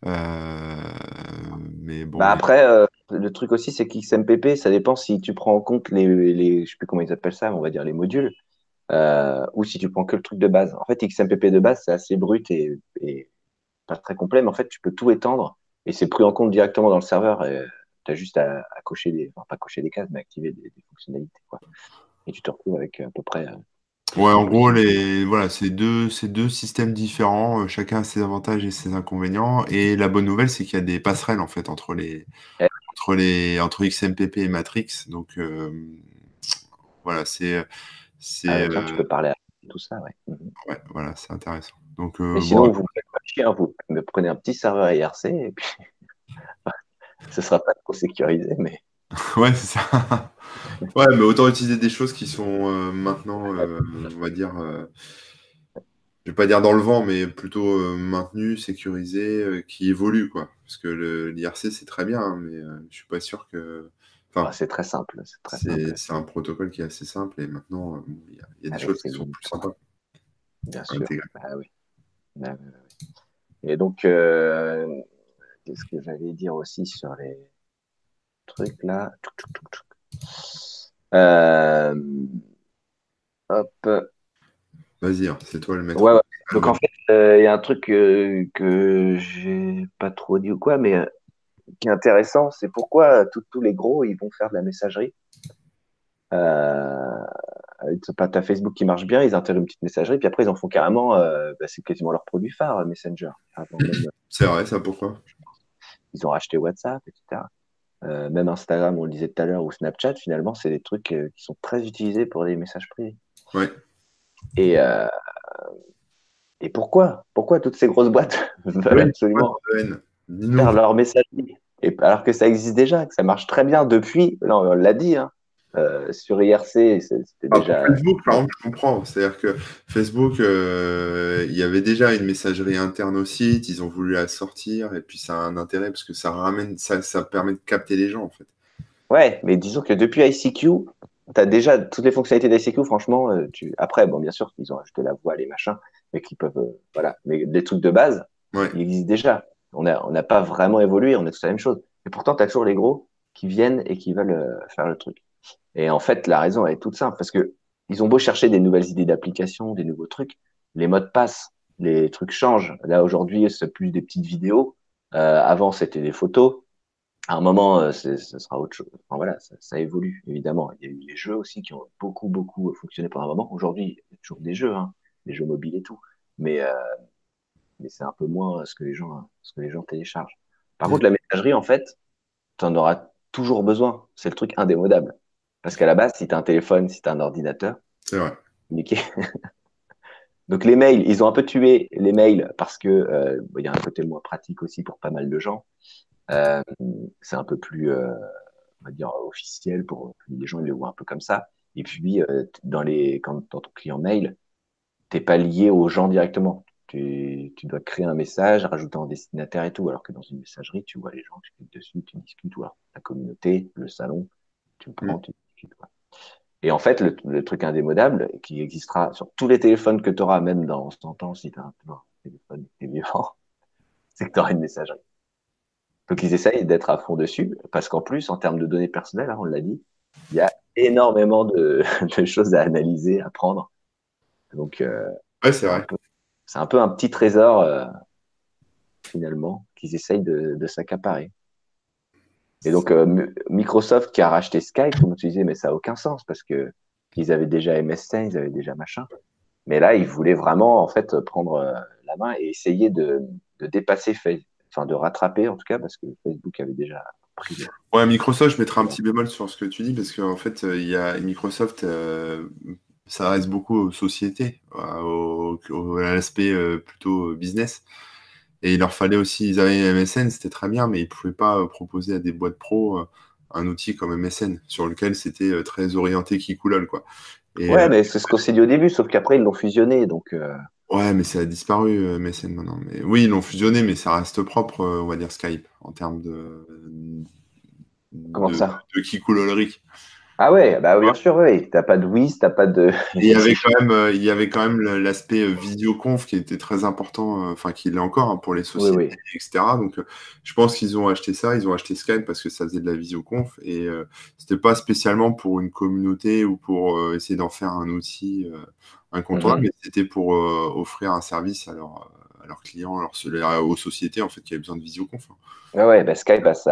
[SPEAKER 2] Mais bon,
[SPEAKER 3] Bah après, le truc aussi, c'est qu'XMPP, ça dépend si tu prends en compte je sais plus comment ils appellent ça, mais on va dire les modules, ou si tu prends que le truc de base. En fait, XMPP de base, c'est assez brut et pas très complet, mais en fait, tu peux tout étendre et c'est pris en compte directement dans le serveur. Tu as juste à cocher enfin pas cocher des cases, mais activer des fonctionnalités, quoi. Et tu te retrouves avec à peu près tout ce
[SPEAKER 2] ouais,
[SPEAKER 3] qui est
[SPEAKER 2] en gros,
[SPEAKER 3] possible.
[SPEAKER 2] voilà, c'est deux systèmes différents. Chacun a ses avantages et ses inconvénients. Et la bonne nouvelle, c'est qu'il y a des passerelles en fait
[SPEAKER 3] Eh,
[SPEAKER 2] entre XMPP et Matrix. Donc, voilà, c'est
[SPEAKER 3] tiens, tu peux parler à tout ça, ouais.
[SPEAKER 2] ouais, voilà, c'est intéressant. Donc,
[SPEAKER 3] Mais
[SPEAKER 2] bon,
[SPEAKER 3] sinon, vous me faites pas chier, hein, vous me prenez un petit serveur IRC et puis ce sera pas trop sécurisé, mais
[SPEAKER 2] ouais, c'est ça. Ouais, mais autant utiliser des choses qui sont maintenant, on va dire, je vais pas dire dans le vent, mais plutôt maintenues, sécurisées, qui évoluent, quoi. Parce que l'IRC, c'est très bien, hein, mais je suis pas sûr que.
[SPEAKER 3] bah,
[SPEAKER 2] Enfin,
[SPEAKER 3] c'est très simple, c'est très simple.
[SPEAKER 2] c'est un protocole qui est assez simple et maintenant, il y a des
[SPEAKER 3] Avec
[SPEAKER 2] choses
[SPEAKER 3] ses
[SPEAKER 2] qui sont
[SPEAKER 3] limites,
[SPEAKER 2] plus sympas
[SPEAKER 3] bien
[SPEAKER 2] à
[SPEAKER 3] sûr.
[SPEAKER 2] intégrer.
[SPEAKER 3] Bah oui. Bah oui, oui, oui. Et donc, qu'est-ce que j'allais dire aussi sur les trucs là? Euh, hop.
[SPEAKER 2] Vas-y, hein, c'est toi le maître
[SPEAKER 3] Ouais,
[SPEAKER 2] du
[SPEAKER 3] ouais. Donc en
[SPEAKER 2] web.
[SPEAKER 3] fait, il y a un truc que j'ai pas trop dit ou quoi, mais qui est intéressant, c'est pourquoi tous les gros, ils vont faire de la messagerie. Euh, t'as Facebook qui marche bien, ils intègrent une petite messagerie, puis après ils en font carrément, c'est quasiment leur produit phare, Messenger. Avant même,
[SPEAKER 2] C'est vrai, ça, pourquoi?
[SPEAKER 3] ils ont racheté WhatsApp, etc. Même Instagram, on le disait tout à l'heure, ou Snapchat, finalement, c'est des trucs qui sont très utilisés pour des messages privés.
[SPEAKER 2] Ouais.
[SPEAKER 3] Et, euh, et pourquoi? Pourquoi toutes ces grosses boîtes veulent
[SPEAKER 2] Oui, ouais,
[SPEAKER 3] absolument
[SPEAKER 2] Sven,
[SPEAKER 3] faire
[SPEAKER 2] dis-nous.
[SPEAKER 3] leur messagerie? Et alors que ça existe déjà, que ça marche très bien depuis, là, on l'a dit, hein, sur IRC, c'était
[SPEAKER 2] Ah, pour
[SPEAKER 3] déjà
[SPEAKER 2] Facebook, par
[SPEAKER 3] bon.
[SPEAKER 2] exemple, je comprends. C'est-à-dire que Facebook, il y avait déjà une messagerie interne au site, ils ont voulu la sortir, et puis ça a un intérêt parce que ça permet de capter les gens, en fait.
[SPEAKER 3] Ouais, mais disons que depuis ICQ, tu as déjà toutes les fonctionnalités d'ICQ, franchement, après, bon, bien sûr, ils ont ajouté la voix, les machins, mais qui peuvent, voilà, mais des trucs de base,
[SPEAKER 2] Ouais.
[SPEAKER 3] ils existent déjà. On n'a pas vraiment évolué, on est tous la même chose. Et pourtant, tu as toujours les gros qui viennent et qui veulent faire le truc. Et en fait, la raison elle est toute simple, parce que ils ont beau chercher des nouvelles idées d'application, des nouveaux trucs, les modes passent, les trucs changent. Là, aujourd'hui, c'est plus des petites vidéos. Avant, c'était des photos. À un moment, ce sera autre chose. Enfin, voilà, ça évolue, évidemment. Il y a eu les jeux aussi qui ont beaucoup, beaucoup fonctionné pendant un moment. Aujourd'hui, il y a toujours des jeux, hein, des jeux mobiles et tout. Mais, euh, mais c'est un peu moins ce que les gens téléchargent. Par
[SPEAKER 2] Mm.
[SPEAKER 3] contre, la messagerie, en fait, tu en auras toujours besoin. C'est le truc indémodable. Parce qu'à la base, si tu as un téléphone, si tu as un ordinateur,
[SPEAKER 2] C'est vrai.
[SPEAKER 3] nickel. Donc les mails, ils ont un peu tué les mails parce que il y a un côté moins pratique aussi pour pas mal de gens. Euh, c'est un peu plus on va dire, officiel pour que les gens ils le voient un peu comme ça. Et puis, quand dans ton client mail, t'es pas lié aux gens directement. Tu dois créer un message, rajouter un destinataire et tout, alors que dans une messagerie, tu vois les gens, tu cliques dessus, tu discutes, voilà. La communauté, le salon, tu le prends, tu discutes. Voilà. Et en fait, le truc indémodable qui existera sur tous les téléphones que tu auras, même dans 100 ans, si tu as un téléphone qui est vivant, c'est que tu auras une messagerie. Donc, ils essayent d'être à fond dessus, parce qu'en plus, en termes de données personnelles, hein, on l'a dit, il y a énormément de choses à analyser, à prendre. Donc,
[SPEAKER 2] Ouais, c'est vrai.
[SPEAKER 3] c'est un peu un petit trésor, finalement, qu'ils essayent de s'accaparer. Et donc, Microsoft qui a racheté Skype, comme tu disais, mais ça n'a aucun sens, parce que ils avaient déjà MSN, ils avaient déjà machin. Mais là, ils voulaient vraiment, en fait, prendre la main et essayer de dépasser Facebook, enfin, de rattraper, en tout cas, parce que Facebook avait déjà pris le...
[SPEAKER 2] Ouais, Microsoft, je mettrai un petit bémol sur ce que tu dis, parce qu'en fait, il y a Microsoft, ça reste beaucoup aux sociétés, à l'aspect plutôt business. Et il leur fallait aussi, ils avaient MSN, c'était très bien, mais ils ne pouvaient pas proposer à des boîtes pro un outil comme MSN, sur lequel c'était très orienté Kikoulol, quoi. Et,
[SPEAKER 3] Ouais, mais c'est ce qu'on s'est dit au début, sauf qu'après, ils l'ont fusionné, donc...
[SPEAKER 2] ouais, mais ça a disparu, MSN maintenant. Mais, oui, ils l'ont fusionné, mais ça reste propre, on va dire Skype, en termes
[SPEAKER 3] Comment
[SPEAKER 2] de,
[SPEAKER 3] ça?
[SPEAKER 2] de Kikoulollerie.
[SPEAKER 3] Ah ouais, bah bien sûr, oui. T'as pas de Wiz, t'as pas de...
[SPEAKER 2] Et il y avait quand même l'aspect visioconf qui était très important, enfin qui l'est encore hein, pour les
[SPEAKER 3] Oui,
[SPEAKER 2] sociétés,
[SPEAKER 3] oui.
[SPEAKER 2] etc. Donc, je pense qu'ils ont acheté ça, ils ont acheté Skype parce que ça faisait de la visioconf et c'était pas spécialement pour une communauté ou pour essayer d'en faire un outil incontournable,
[SPEAKER 3] Mhm.
[SPEAKER 2] mais c'était pour offrir un service à leurs clients, aux sociétés en fait qui avaient besoin de visioconf. Hein.
[SPEAKER 3] Ouais, ouais, bah Skype a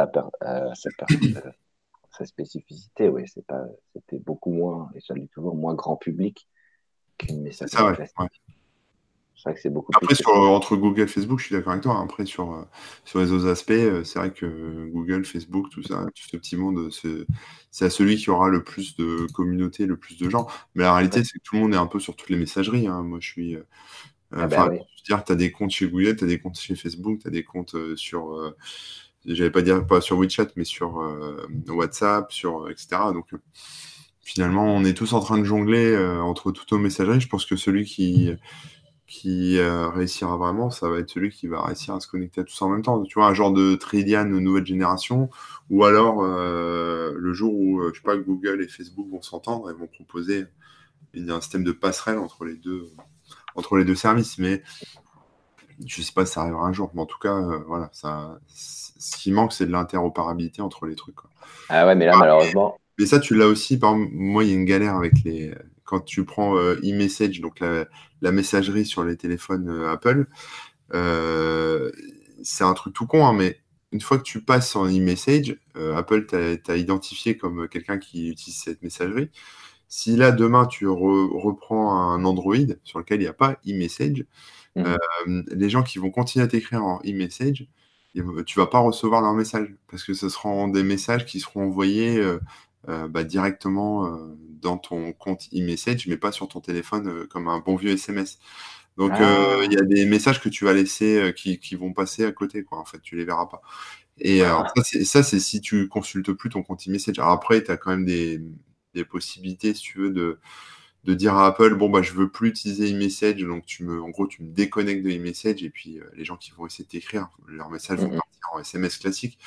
[SPEAKER 3] sa spécificité, oui. C'était beaucoup moins, et ça l'est toujours, moins grand public qu'une
[SPEAKER 2] C'est ça,
[SPEAKER 3] messagerie
[SPEAKER 2] ouais.
[SPEAKER 3] classique.
[SPEAKER 2] Ouais.
[SPEAKER 3] C'est vrai que c'est beaucoup plus
[SPEAKER 2] Après,
[SPEAKER 3] spécial.
[SPEAKER 2] entre Google et Facebook, je suis d'accord avec toi. Hein. Après, sur les autres aspects, c'est vrai que Google, Facebook, tout ça, tout ce petit monde, c'est à celui qui aura le plus de communauté, le plus de gens. Mais la réalité, c'est que tout le monde est un peu sur toutes les messageries. Hein. Moi, je suis.
[SPEAKER 3] Ah bah
[SPEAKER 2] Enfin,
[SPEAKER 3] oui.
[SPEAKER 2] je veux dire, tu as des comptes chez Google, tu as des comptes chez Facebook, tu as des comptes sur. J'allais pas dire pas sur WeChat, mais sur WhatsApp, etc. Donc, finalement, on est tous en train de jongler entre toutes nos messageries. Je pense que celui qui réussira vraiment, ça va être celui qui va réussir à se connecter à tous en même temps. Tu vois, un genre de Trillian nouvelle génération, ou alors le jour où, je sais pas, Google et Facebook vont s'entendre et vont proposer un système de passerelle entre les deux services. Mais je sais pas si ça arrivera un jour. Mais en tout cas, voilà, ce qui manque, c'est de l'interopérabilité entre les trucs. Quoi.
[SPEAKER 3] Ah ouais, mais là, malheureusement,
[SPEAKER 2] Mais ça, tu l'as aussi. Par exemple, moi, il y a une galère avec les. Quand tu prends e-message, donc la messagerie sur les téléphones Apple, euh, c'est un truc tout con, hein, mais une fois que tu passes en e-message, Apple t'a identifié comme quelqu'un qui utilise cette messagerie. Si là, demain, tu reprends un Android sur lequel il n'y a pas e-message, euh,
[SPEAKER 3] mhm.
[SPEAKER 2] les gens qui vont continuer à t'écrire en e-message, tu vas pas recevoir leurs messages parce que ce seront des messages qui seront envoyés directement dans ton compte e-message, mais pas sur ton téléphone comme un bon vieux SMS. Donc il y
[SPEAKER 3] Ah,
[SPEAKER 2] a des messages que tu vas laisser qui vont passer à côté, quoi. En fait, tu les verras pas. Et alors, ça, c'est si tu consultes plus ton compte e-message. Alors après, tu as quand même des possibilités, si tu veux, de dire à Apple, bon, bah, je veux plus utiliser e-message, donc en gros, tu me déconnectes de e-message, et puis les gens qui vont essayer de t'écrire, leurs messages vont
[SPEAKER 3] mhm.
[SPEAKER 2] partir en SMS classique,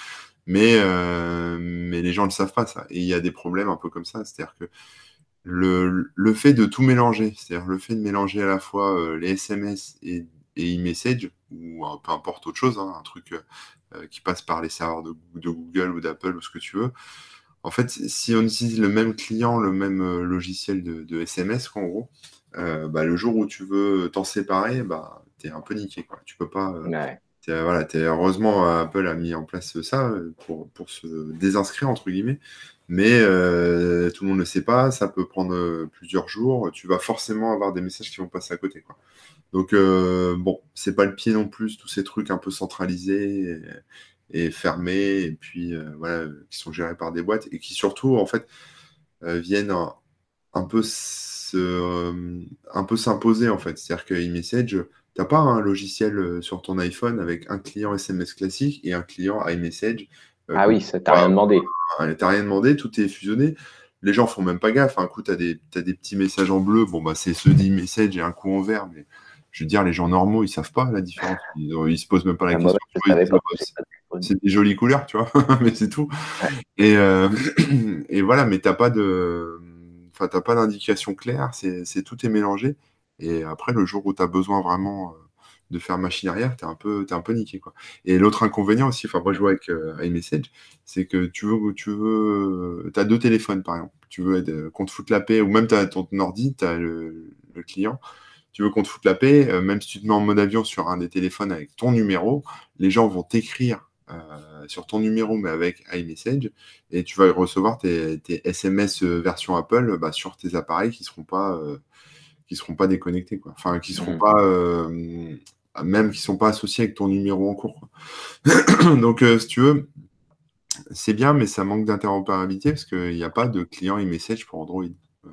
[SPEAKER 2] mais les gens ne le savent pas, ça. Et il y a des problèmes un peu comme ça, c'est-à-dire que le fait de tout mélanger, c'est-à-dire le fait de mélanger à la fois les SMS et e-message, ou peu importe autre chose, hein, un truc qui passe par les serveurs de Google ou d'Apple ou ce que tu veux, en fait, si on utilise le même client, le même logiciel de SMS, quoi, en gros, bah, le jour où tu veux t'en séparer, bah, t'es un peu niqué, quoi. Tu peux pas.
[SPEAKER 3] Ouais.
[SPEAKER 2] Voilà, heureusement, Apple a mis en place ça pour se désinscrire, entre guillemets. Mais tout le monde ne le sait pas, ça peut prendre plusieurs jours. Tu vas forcément avoir des messages qui vont passer à côté, quoi. Donc, bon, c'est pas le pied non plus, tous ces trucs un peu centralisés et fermés, et puis voilà, qui sont gérés par des boîtes, et qui surtout, en fait, viennent un peu un peu s'imposer, en fait. C'est-à-dire que iMessage, t'as pas un logiciel sur ton iPhone avec un client SMS classique et un client iMessage
[SPEAKER 3] Ah oui, ça t'a rien demandé.
[SPEAKER 2] T'as rien demandé, tout est fusionné. Les gens font même pas gaffe. Un coup, t'as des petits messages en bleu. Bon, bah, c'est ceux d'e-message et un coup en vert. Mais je veux dire, les gens normaux, ils savent pas la différence. Ils se posent même pas la question.
[SPEAKER 3] Moi, je savais pas.
[SPEAKER 2] C'est des jolies couleurs, tu vois, mais c'est tout.
[SPEAKER 3] Ouais.
[SPEAKER 2] Et voilà, mais t'as pas d'indication claire. Tout est mélangé. Et après, le jour où tu as besoin vraiment de faire machine arrière, t'es un peu niqué, quoi. Et l'autre inconvénient aussi, enfin, moi je vois avec iMessage, c'est que t'as deux téléphones, par exemple. Tu veux qu'on te foute la paix, ou même t'as ton ordi, t'as le client, tu veux qu'on te foute la paix, même si tu te mets en mode avion sur un des téléphones avec ton numéro, les gens vont t'écrire sur ton numéro, mais avec iMessage, et tu vas recevoir tes SMS version Apple sur tes appareils qui seront pas déconnectés, quoi. Enfin, qui seront pas même qui sont pas associés avec ton numéro en cours, quoi. Donc, si tu veux, c'est bien, mais ça manque d'interopérabilité parce qu'il n'y a pas de client e-message pour Android.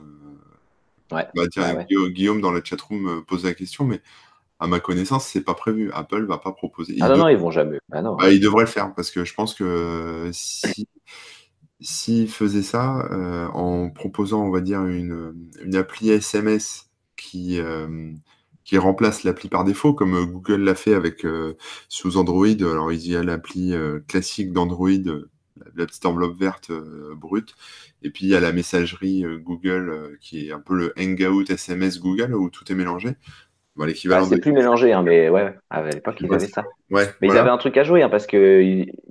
[SPEAKER 2] Tiens, Guillaume dans la chatroom pose la question, mais à ma connaissance, c'est pas prévu. Apple va pas proposer.
[SPEAKER 3] Non, ils vont jamais. Non.
[SPEAKER 2] Ils devraient le faire parce que je pense que s'ils faisaient ça en proposant, on va dire, une appli SMS qui remplace l'appli par défaut, comme Google l'a fait avec sous Android. Alors, il y a l'appli classique d'Android, la petite enveloppe verte brute, et puis il y a la messagerie Google qui est un peu le Hangout SMS Google où tout est mélangé. Bon, l'équivalent
[SPEAKER 3] c'est plus mélangé, hein, mais ouais, à l'époque, ils avaient ça.
[SPEAKER 2] Ouais,
[SPEAKER 3] mais
[SPEAKER 2] voilà.
[SPEAKER 3] Ils avaient un truc à jouer, hein, parce que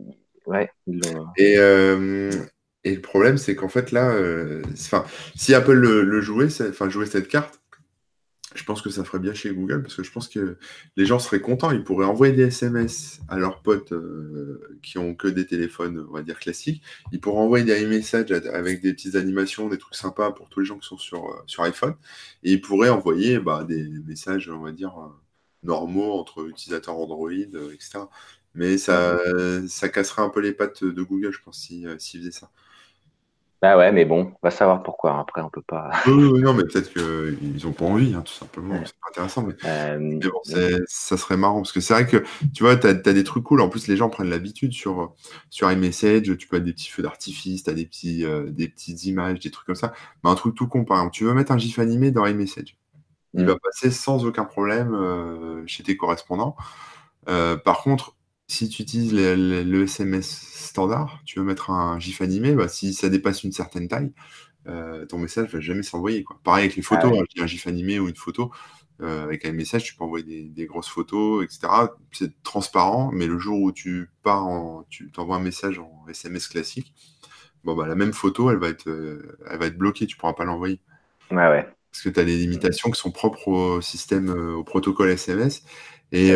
[SPEAKER 2] et le problème, c'est qu'en fait, là, si Apple le jouait, jouait cette carte, je pense que ça ferait bien chez Google parce que je pense que les gens seraient contents. Ils pourraient envoyer des SMS à leurs potes qui ont que des téléphones, on va dire, classiques. Ils pourraient envoyer des messages avec des petites animations, des trucs sympas pour tous les gens qui sont sur iPhone. Et ils pourraient envoyer des messages, on va dire, normaux entre utilisateurs Android, etc. Mais ça casserait un peu les pattes de Google, je pense, s'ils faisaient ça.
[SPEAKER 3] Bah ouais, mais bon, on va savoir pourquoi. Après, on peut pas.
[SPEAKER 2] Non, mais peut-être qu'ils n'ont pas envie, hein, tout simplement. C'est pas intéressant. Mais bon, ça serait marrant parce que c'est vrai que tu vois, tu as des trucs cool. En plus, les gens prennent l'habitude sur iMessage. Tu peux avoir des petits feux d'artifice, tu as des petites images, des trucs comme ça. Mais un truc tout con, par exemple, tu veux mettre un GIF animé dans iMessage. Il va passer sans aucun problème chez tes correspondants. Par contre, si tu utilises le SMS standard, tu veux mettre un GIF animé, si ça dépasse une certaine taille, ton message ne va jamais s'envoyer, quoi. Pareil avec les photos, un GIF animé ou une photo, avec un message, tu peux envoyer des grosses photos, etc. C'est transparent, mais le jour où tu t'envoies un message en SMS classique, la même photo, elle va être bloquée, tu ne pourras pas l'envoyer.
[SPEAKER 3] Ouais.
[SPEAKER 2] Parce que tu as des limitations qui sont propres au système, au protocole SMS. Et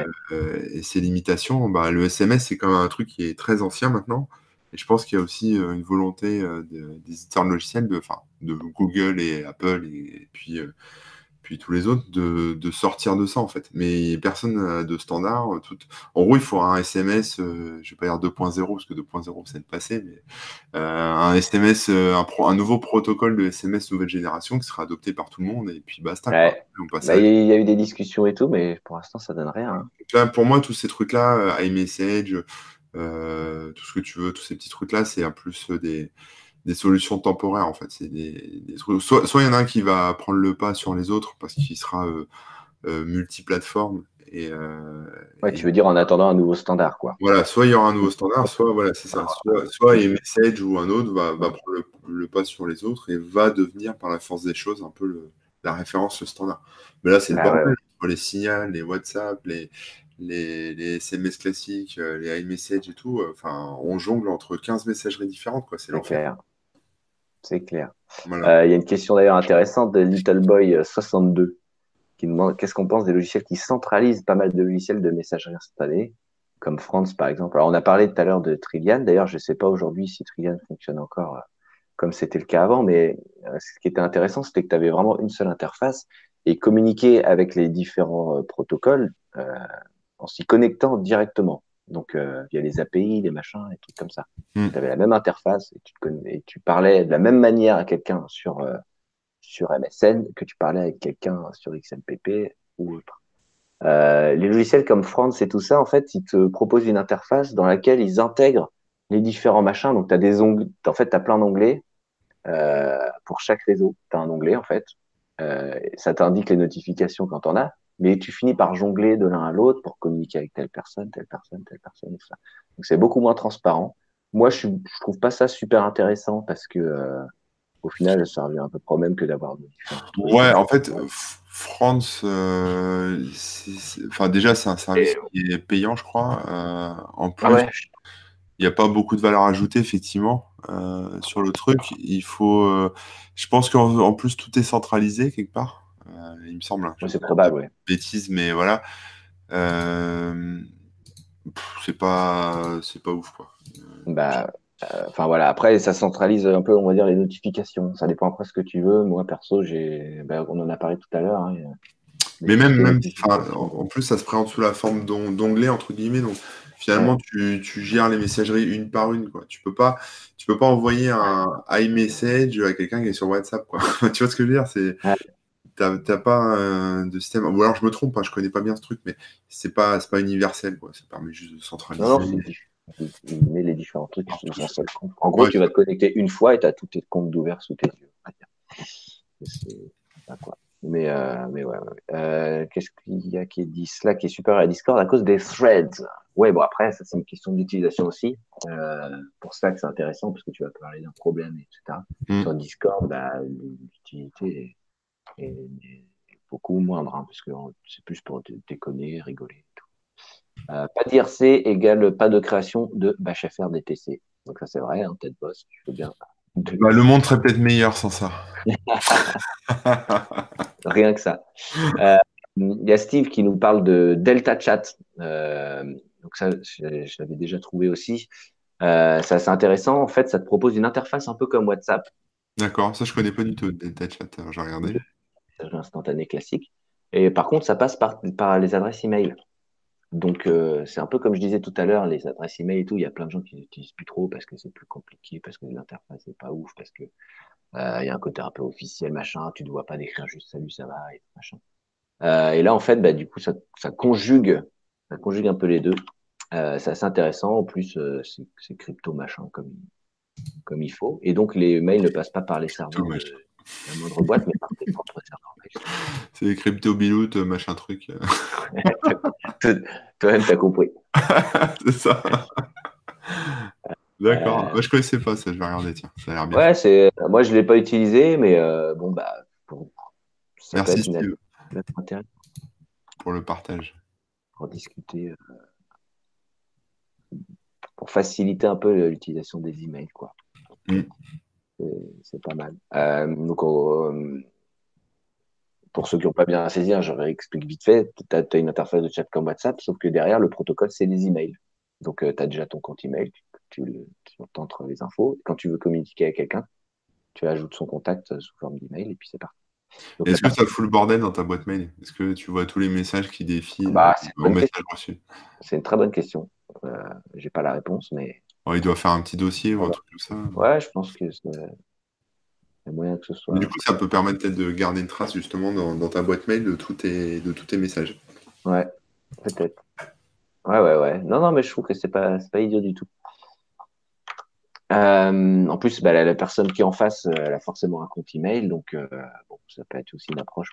[SPEAKER 2] ces limitations, le SMS, c'est quand même un truc qui est très ancien maintenant. Et je pense qu'il y a aussi une volonté des éditeurs de logiciels, de Google et Apple, et puis tous les autres, de sortir de ça, en fait. Mais personne n'a de standard. En gros, il faut un SMS, je ne vais pas dire 2.0, parce que 2.0, c'est le passé, mais un SMS, un nouveau protocole de SMS nouvelle génération qui sera adopté par tout le monde, et puis basta.
[SPEAKER 3] Il y a eu des discussions et tout, mais pour l'instant, ça donne rien. Hein.
[SPEAKER 2] Là, pour moi, tous ces trucs-là, iMessage, tout ce que tu veux, tous ces petits trucs-là, c'est un plus des solutions temporaires, en fait. C'est des trucs. Soit il y en a un qui va prendre le pas sur les autres parce qu'il sera multiplateforme.
[SPEAKER 3] Tu veux dire en attendant un nouveau standard, quoi.
[SPEAKER 2] Voilà, soit il y aura un nouveau standard, soit voilà, c'est ça. Soit iMessage ou un autre va prendre le pas sur les autres et va devenir par la force des choses un peu la référence standard. Mais là, c'est le bordel. Ouais. Les signals, les WhatsApp, les SMS classiques, les iMessage et tout. On jongle entre 15 messageries différentes, quoi. C'est l'enfer.
[SPEAKER 3] C'est clair. Voilà. Y a une question d'ailleurs intéressante de Littleboy62 qui demande qu'est-ce qu'on pense des logiciels qui centralisent pas mal de logiciels de messagerie instantanée, comme France par exemple. Alors on a parlé tout à l'heure de Trillian. D'ailleurs, je ne sais pas aujourd'hui si Trillian fonctionne encore comme c'était le cas avant, mais ce qui était intéressant, c'était que tu avais vraiment une seule interface et communiquer avec les différents protocoles en s'y connectant directement. Donc, via les API, les machins, et trucs comme ça. Tu avais la même interface et tu parlais de la même manière à quelqu'un sur MSN que tu parlais avec quelqu'un sur XMPP ou autre. Les logiciels comme France et tout ça, en fait, ils te proposent une interface dans laquelle ils intègrent les différents machins. Donc, tu as des onglets. En fait, tu as plein d'onglets. Pour chaque réseau, tu as un onglet, en fait. Ça t'indique les notifications quand on as, mais tu finis par jongler de l'un à l'autre pour communiquer avec telle personne, telle personne, telle personne, et tout ça. Donc, c'est beaucoup moins transparent. Moi, je trouve pas ça super intéressant parce que, au final, ça revient un peu au même que d'avoir différents trucs.
[SPEAKER 2] Ouais, en fait, France, enfin, déjà, c'est un service
[SPEAKER 3] Et,
[SPEAKER 2] qui est payant, je crois. En
[SPEAKER 3] ah
[SPEAKER 2] plus,
[SPEAKER 3] ouais,
[SPEAKER 2] il n'y a pas beaucoup de valeur ajoutée, effectivement, sur le truc. Il faut, je pense qu'en plus, tout est centralisé quelque part. Il me semble, hein. Je
[SPEAKER 3] ouais,
[SPEAKER 2] vais
[SPEAKER 3] c'est
[SPEAKER 2] pas dire
[SPEAKER 3] probable, ouais.
[SPEAKER 2] de bêtises, mais voilà. Euh, c'est pas ouf, quoi.
[SPEAKER 3] Bah, enfin voilà. Après, ça centralise un peu, on va dire, les notifications. Ça dépend après ce que tu veux. Moi, perso, on en a parlé tout à l'heure, hein,
[SPEAKER 2] Mais
[SPEAKER 3] tout ce qui est
[SPEAKER 2] enfin,
[SPEAKER 3] notification.
[SPEAKER 2] en plus, ça se présente sous la forme d'onglets, entre guillemets. Donc,
[SPEAKER 3] Ouais.
[SPEAKER 2] finalement, tu gères les messageries une par une, quoi. Tu peux pas envoyer un iMessage à quelqu'un qui est sur WhatsApp, quoi. Tu vois ce que je veux dire?
[SPEAKER 3] Ouais.
[SPEAKER 2] T'as pas de système. Ou alors, je me trompe, hein, je connais pas bien ce truc, mais c'est pas universel, quoi. Ça permet juste de
[SPEAKER 3] Non, non,
[SPEAKER 2] centraliser.
[SPEAKER 3] il met les différents trucs sous un seul compte. En gros,
[SPEAKER 2] Ouais,
[SPEAKER 3] tu vas te connecter une fois et tu as tous tes comptes ouverts sous tes yeux. C'est pas quoi. Mais ouais. Qu'est-ce qu'il y a qui est dit Slack est supérieur à Discord à cause des threads. Ouais, bon, après, ça, c'est une question d'utilisation aussi. Pour Slack, c'est intéressant parce que tu vas parler d'un problème, etc.
[SPEAKER 2] mm.
[SPEAKER 3] Sur Discord, bah, l'utilité est beaucoup moindre, hein, parce que c'est plus pour déconner, rigoler. Pas d'IRC égale pas de création de bâche FR DTC. Donc ça c'est vrai, hein, tête boss, tu fais bien.
[SPEAKER 2] Bah, le monde serait peut-être meilleur sans ça.
[SPEAKER 3] Rien que ça. Euh, Il y a Steve qui nous parle de Delta Chat. Donc ça, je l'avais déjà trouvé aussi. C'est assez intéressant. En fait, ça te propose une interface un peu comme WhatsApp,
[SPEAKER 2] D'accord, ça, je connais pas du tout Delta Chat. Alors, j'ai regardé.
[SPEAKER 3] de message instantané classique. Et par contre, ça passe par les adresses email. Donc, c'est un peu comme je disais tout à l'heure, les adresses email et tout, il y a plein de gens qui n'utilisent plus trop parce que c'est plus compliqué, parce que l'interface n'est pas ouf, parce que il y a un côté un peu officiel, machin, tu ne dois pas décrire juste salut, ça va, et machin. Et là, en fait, bah, du coup, ça conjugue un peu les deux. C'est assez intéressant. En plus, c'est crypto machin comme il faut. Et donc, les mails ne passent pas par les serveurs
[SPEAKER 2] Dommage.
[SPEAKER 3] de la moindre boîte, mais par tes propres serveurs mail.
[SPEAKER 2] C'est crypto bilout, machin truc.
[SPEAKER 3] Toi-même, t'as compris.
[SPEAKER 2] C'est ça. D'accord.
[SPEAKER 3] Euh,
[SPEAKER 2] Moi, je connaissais pas ça, je vais regarder, tiens. Ça a l'air bien.
[SPEAKER 3] ouais, moi, je l'ai pas utilisé, mais bon, bah, ça peut
[SPEAKER 2] Merci,
[SPEAKER 3] être
[SPEAKER 2] Steve,
[SPEAKER 3] intéressant
[SPEAKER 2] pour le partage.
[SPEAKER 3] pour discuter, pour faciliter un peu l'utilisation des emails, quoi.
[SPEAKER 2] Mm.
[SPEAKER 3] C'est pas mal. Donc, pour ceux qui n'ont pas bien saisi, hein, je réexplique vite fait. Tu as une interface de chat comme WhatsApp, sauf que derrière, le protocole, c'est les emails. Donc, tu as déjà ton compte email, tu entres les infos. Quand tu veux communiquer avec quelqu'un, tu ajoutes son contact sous forme d'email et puis c'est parti. Donc, la
[SPEAKER 2] Est-ce que ça
[SPEAKER 3] partie,
[SPEAKER 2] fout le bordel dans ta boîte mail? Est-ce que tu vois tous les messages qui défilent
[SPEAKER 3] bah, c'est une
[SPEAKER 2] en
[SPEAKER 3] bonne
[SPEAKER 2] message
[SPEAKER 3] question.
[SPEAKER 2] reçu?
[SPEAKER 3] C'est une très bonne question. J'ai pas la réponse, mais
[SPEAKER 2] Oh, il doit faire un petit dossier ou un truc comme ça.
[SPEAKER 3] ouais, je pense que y a moyen que ce
[SPEAKER 2] Mais du
[SPEAKER 3] soit.
[SPEAKER 2] coup, ça peut permettre peut-être de garder une trace justement dans ta boîte mail de tous tes messages.
[SPEAKER 3] Ouais, peut-être. Ouais, ouais, ouais. Non, non, mais je trouve que c'est pas idiot du tout. En plus, bah, la personne qui est en face, elle a forcément un compte email, donc bon, ça peut être aussi une approche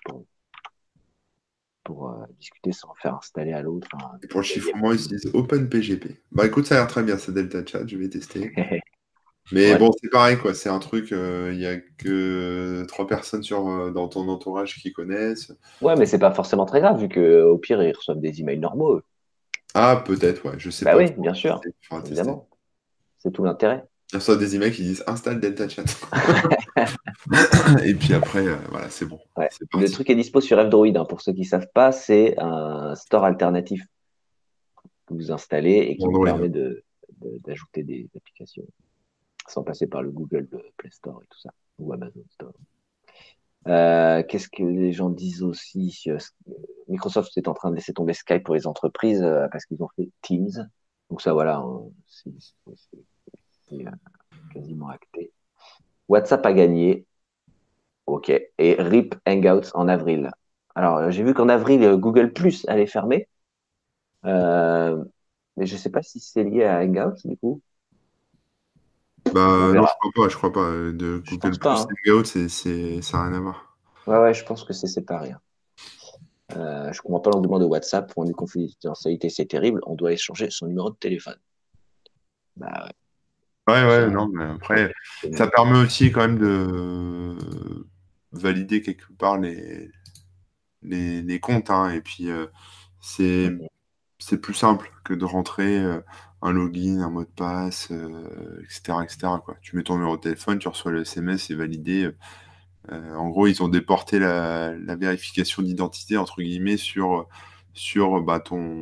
[SPEAKER 3] pour discuter sans faire installer à l'autre
[SPEAKER 2] Et pour le
[SPEAKER 3] un vieil
[SPEAKER 2] chiffrement, ils utilisent OpenPGP. Bah écoute, ça a l'air très bien, ce Delta Chat, je vais tester.
[SPEAKER 3] avis.
[SPEAKER 2] Mais
[SPEAKER 3] Ouais.
[SPEAKER 2] bon, c'est pareil, quoi. C'est un truc, il n'y a que 3 personnes dans ton entourage qui connaissent.
[SPEAKER 3] Ouais, mais c'est pas forcément très grave, vu que au pire, ils reçoivent des emails normaux, eux.
[SPEAKER 2] Ah, peut-être, ouais, je sais
[SPEAKER 3] Bah
[SPEAKER 2] pas
[SPEAKER 3] oui,
[SPEAKER 2] trop.
[SPEAKER 3] bien sûr,
[SPEAKER 2] Il faudra tester.
[SPEAKER 3] évidemment. C'est tout l'intérêt.
[SPEAKER 2] Ils reçoivent des emails qui disent installe Delta Chat. Et puis après, voilà, c'est bon.
[SPEAKER 3] Ouais.
[SPEAKER 2] C'est
[SPEAKER 3] Le
[SPEAKER 2] parti.
[SPEAKER 3] truc est dispo sur F-Droid, hein. Pour ceux qui savent pas, c'est un store alternatif que vous installez et qui vous
[SPEAKER 2] Android,
[SPEAKER 3] permet
[SPEAKER 2] ouais.
[SPEAKER 3] d'ajouter des applications sans passer par le Google Play Store et tout ça, ou Amazon Store. Qu'est-ce que les gens disent aussi? Microsoft est en train de laisser tomber Skype pour les entreprises parce qu'ils ont fait Teams. Donc ça, voilà, hein, c'est quasiment acté. WhatsApp a gagné. OK. Et RIP Hangouts en avril. Alors, j'ai vu qu'en avril, Google Plus allait fermer. Mais je ne sais pas si c'est lié à Hangouts, du coup.
[SPEAKER 2] Bah non, je crois pas. De
[SPEAKER 3] Je
[SPEAKER 2] Google
[SPEAKER 3] pense pas.
[SPEAKER 2] Plus et Hangout, ça n'a rien à voir.
[SPEAKER 3] Ouais, je pense que c'est séparé. Je comprends pas l'engouement de WhatsApp pour une confidentialité, c'est terrible. On doit échanger son numéro de téléphone. Bah
[SPEAKER 2] Ouais,
[SPEAKER 3] ça,
[SPEAKER 2] non, mais après, ça permet aussi quand même de valider quelque part les comptes, hein, et puis c'est c'est plus simple que de rentrer un login, un mot de passe, etc., quoi. Tu mets ton numéro de téléphone, tu reçois le SMS, c'est validé. En gros, ils ont déporté la vérification d'identité, entre guillemets, sur bah,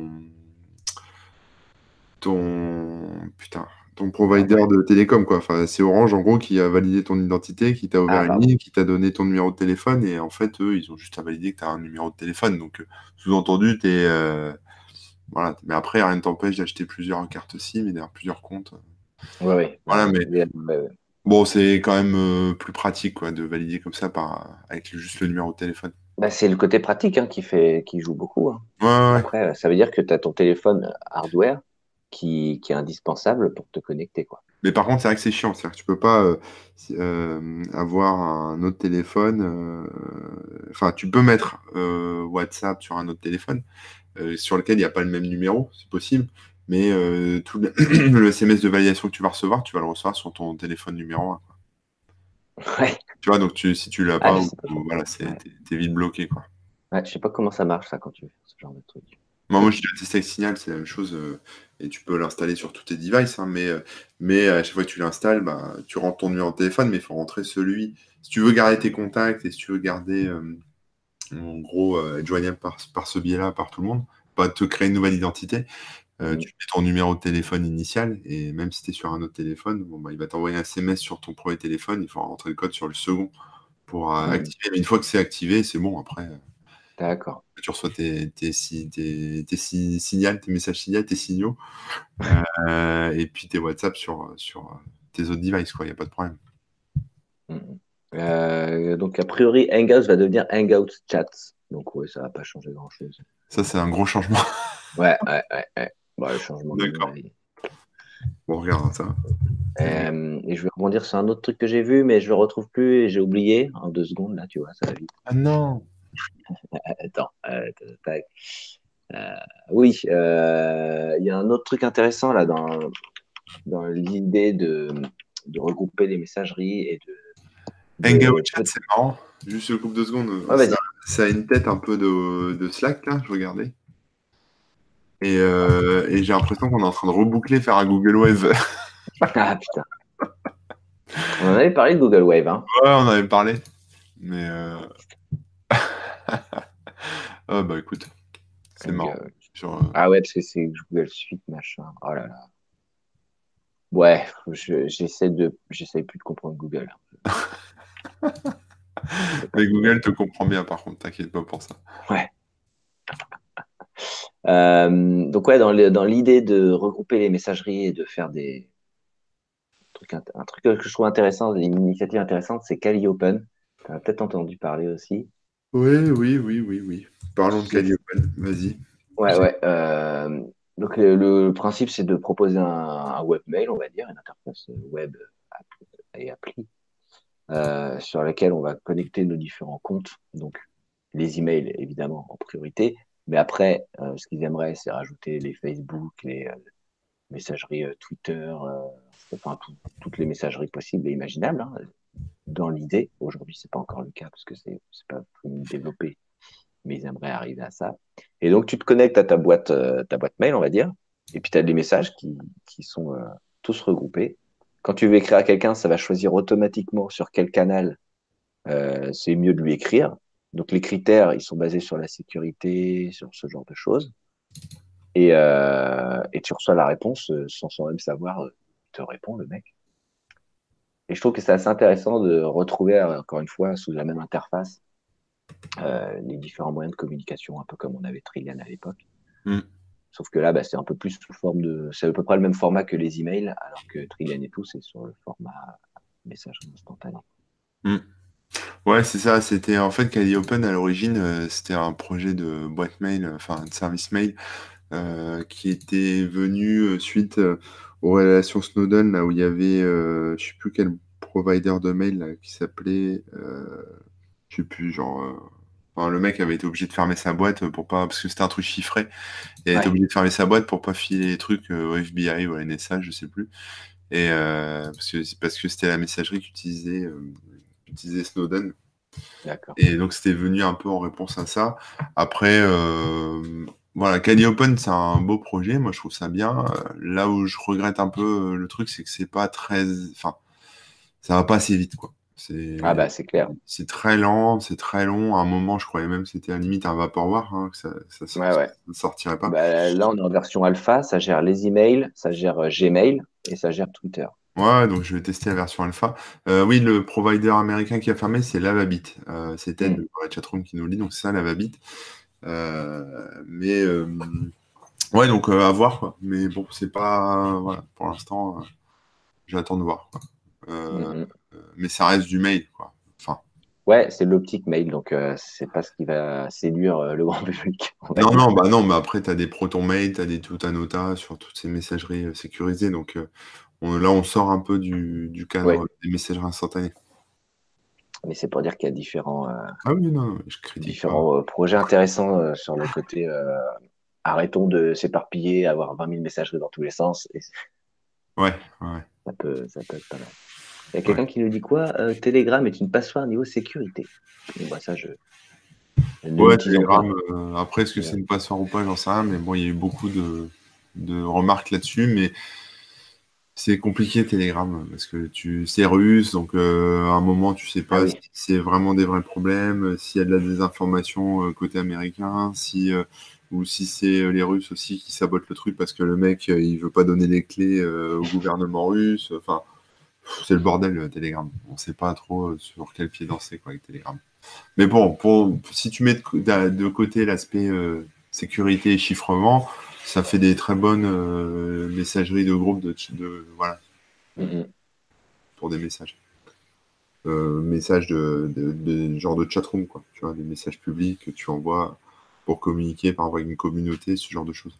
[SPEAKER 2] putain, ton provider de télécom, quoi. Enfin, c'est Orange, en gros, qui a validé ton identité, qui t'a ouvert une
[SPEAKER 3] pardon.
[SPEAKER 2] ligne, qui t'a donné ton numéro de téléphone, et en fait, eux, ils ont juste à valider que tu as un numéro de téléphone. Donc, sous-entendu, voilà. Mais après, rien ne t'empêche d'acheter plusieurs cartes SIM et d'avoir plusieurs comptes.
[SPEAKER 3] Ouais.
[SPEAKER 2] Voilà, mais
[SPEAKER 3] Ouais.
[SPEAKER 2] bon, c'est quand même plus pratique, quoi, de valider comme ça avec juste le numéro de téléphone.
[SPEAKER 3] Bah, c'est le côté pratique qui joue beaucoup.
[SPEAKER 2] Ouais, ouais.
[SPEAKER 3] Après, ça veut dire que tu as ton téléphone hardware qui est indispensable pour te connecter, quoi.
[SPEAKER 2] Mais par contre, c'est vrai que c'est chiant. C'est-à-dire que tu peux pas avoir un autre téléphone. Enfin, tu peux mettre WhatsApp sur un autre téléphone sur lequel il n'y a pas le même numéro, c'est possible. Mais tout le SMS de validation que tu vas recevoir, tu vas le recevoir sur ton téléphone numéro 1.
[SPEAKER 3] Ouais.
[SPEAKER 2] Tu vois, donc si tu l'as
[SPEAKER 3] Ah,
[SPEAKER 2] pas,
[SPEAKER 3] je sais pas
[SPEAKER 2] voilà, t'es vite bloqué, quoi.
[SPEAKER 3] Ouais, je sais pas comment ça marche, ça, quand tu fais ce genre de truc.
[SPEAKER 2] Moi, j'ai déjà testé avec Signal, c'est la même chose, et tu peux l'installer sur tous tes devices, hein, mais à chaque fois que tu l'installes, bah, tu rentres ton numéro de téléphone, mais il faut rentrer celui. Si tu veux garder tes contacts et si tu veux garder, en gros, être joignable par ce biais-là, par tout le monde, pas te créer une nouvelle identité, tu mets ton numéro de téléphone initial, et même si tu es sur un autre téléphone, bon, bah, il va t'envoyer un SMS sur ton premier téléphone, il faut rentrer le code sur le second pour activer. Mais une fois que c'est activé, c'est bon, après.
[SPEAKER 3] D'accord.
[SPEAKER 2] Tu reçois tes messages signal, tes signaux, et puis tes WhatsApp sur tes autres devices, quoi. Il n'y a pas de problème.
[SPEAKER 3] Donc, a priori, Hangouts va devenir Hangouts Chats. Donc, oui, ça va pas changer grand-chose.
[SPEAKER 2] Ça, c'est un gros changement.
[SPEAKER 3] Ouais. Bon, le changement de
[SPEAKER 2] D'accord.
[SPEAKER 3] vie.
[SPEAKER 2] Bon, regarde ça.
[SPEAKER 3] Et je vais rebondir sur un autre truc que j'ai vu, mais je le retrouve plus et j'ai oublié. En 2 secondes, là, tu vois, ça va vite.
[SPEAKER 2] Ah non!
[SPEAKER 3] Attends. Tac. Oui, il y a un autre truc intéressant là dans l'idée de regrouper les messageries et
[SPEAKER 2] Hangout Chat, c'est marrant. Juste je coupe 2 secondes.
[SPEAKER 3] Ouais, vas-y.
[SPEAKER 2] Ça a une tête un peu de Slack, là, je regardais. Et j'ai l'impression qu'on est en train de reboucler, faire un Google Wave.
[SPEAKER 3] Ah putain. On en avait parlé de Google Wave, hein.
[SPEAKER 2] Ouais, on en avait parlé. Mais ah bah écoute, c'est marrant.
[SPEAKER 3] Ah ouais, parce que c'est Google Suite, machin. Oh là là. Ouais, j'essaie plus de comprendre Google.
[SPEAKER 2] Mais Google te comprend bien, par contre, t'inquiète pas pour ça.
[SPEAKER 3] Ouais. Donc ouais, dans l'idée de regrouper les messageries et de faire un truc que je trouve intéressant, une initiative intéressante, c'est Calliopen. Tu as peut-être entendu parler aussi.
[SPEAKER 2] Oui. Parlons de Calliopen, vas-y.
[SPEAKER 3] Ouais. Donc le principe, c'est de proposer un webmail, on va dire, une interface web et appli, sur laquelle on va connecter nos différents comptes. Donc les emails, évidemment, en priorité. Mais après, ce qu'ils aimeraient, c'est rajouter les Facebook, les messageries Twitter, enfin toutes les messageries possibles et imaginables, hein, dans l'idée. Aujourd'hui, c'est pas encore le cas parce que c'est pas développé, mais ils aimeraient arriver à ça. Et donc, tu te connectes à ta boîte mail, on va dire, et puis tu as des messages qui sont tous regroupés. Quand tu veux écrire à quelqu'un, ça va choisir automatiquement sur quel canal c'est mieux de lui écrire. Donc, les critères, ils sont basés sur la sécurité, sur ce genre de choses. Et tu reçois la réponse sans même savoir, il te répond, le mec. Et je trouve que c'est assez intéressant de retrouver, encore une fois, sous la même interface, les différents moyens de communication, un peu comme on avait Trillian à l'époque. Sauf que là, c'est un peu plus sous forme c'est à peu près le même format que les emails, alors que Trillian et tout, c'est sur le format messagerie instantanée.
[SPEAKER 2] Ouais, c'est ça. C'était en fait Calliopen à l'origine, c'était un projet de boîte mail, enfin de service mail qui était venu suite aux relations Snowden, là où il y avait, je sais plus quel provider de mail là, qui s'appelait, je sais plus, genre, enfin, le mec avait été obligé de fermer sa boîte pour pas, parce que c'était un truc chiffré, et il était obligé de fermer sa boîte pour pas filer les trucs au FBI ou à la NSA, je sais plus, et parce que c'était la messagerie qu'utilisait Snowden.
[SPEAKER 3] D'accord.
[SPEAKER 2] Et donc, c'était venu un peu en réponse à ça. Après, voilà, Kali Open, c'est un beau projet. Moi, je trouve ça bien. Là où je regrette un peu le truc, c'est que c'est pas très. Enfin, ça va pas assez vite, quoi.
[SPEAKER 3] Ah bah c'est clair.
[SPEAKER 2] C'est très lent, c'est très long. À un moment, je croyais même que c'était à la limite un Vaporware, que
[SPEAKER 3] Ouais.
[SPEAKER 2] ne sortirait pas.
[SPEAKER 3] Bah, là, on est en version alpha, ça gère les emails, ça gère Gmail et ça gère Twitter.
[SPEAKER 2] Ouais, donc je vais tester la version alpha. Oui, le provider américain qui a fermé, c'est Lavabit. C'est Ted de la chatroom qui nous le dit, donc c'est ça, Lavabit. Mais ouais, donc à voir, quoi. Mais bon, c'est pas. Voilà, pour l'instant, j'attends de voir, quoi. Mais ça reste du mail, quoi. Enfin.
[SPEAKER 3] Ouais, c'est l'optique mail, donc c'est pas ce qui va séduire le grand public.
[SPEAKER 2] Non, mais après, tu as des Proton Mail, tu as des Tutanota sur toutes ces messageries sécurisées. Donc là, on sort un peu du cadre des messageries instantanées.
[SPEAKER 3] Mais c'est pour dire qu'il y a différents,
[SPEAKER 2] Ah oui, non, je critique
[SPEAKER 3] différents projets intéressants sur le côté arrêtons de s'éparpiller, avoir 20 000 messageries dans tous les sens. Et
[SPEAKER 2] ouais.
[SPEAKER 3] ça peut être pas mal. Il y a quelqu'un qui nous dit quoi Telegram est une passoire niveau sécurité. Et moi, ça,
[SPEAKER 2] ouais, Telegram, après, est-ce que c'est une passoire ou pas, j'en sais rien. Mais bon, il y a eu beaucoup de remarques là-dessus. Mais c'est compliqué Telegram parce que c'est russe, donc à un moment tu sais pas si c'est vraiment des vrais problèmes, s'il y a de la désinformation côté américain, ou si c'est les Russes aussi qui sabotent le truc parce que le mec il veut pas donner les clés au gouvernement russe. Enfin, c'est le bordel Telegram. On sait pas trop sur quel pied danser quoi avec Telegram. Mais bon, si tu mets de côté l'aspect sécurité et chiffrement, ça fait des très bonnes messageries de groupe voilà, pour des messages. Messages de genre de chatroom, quoi. Tu vois, des messages publics que tu envoies pour communiquer par une communauté, ce genre de choses.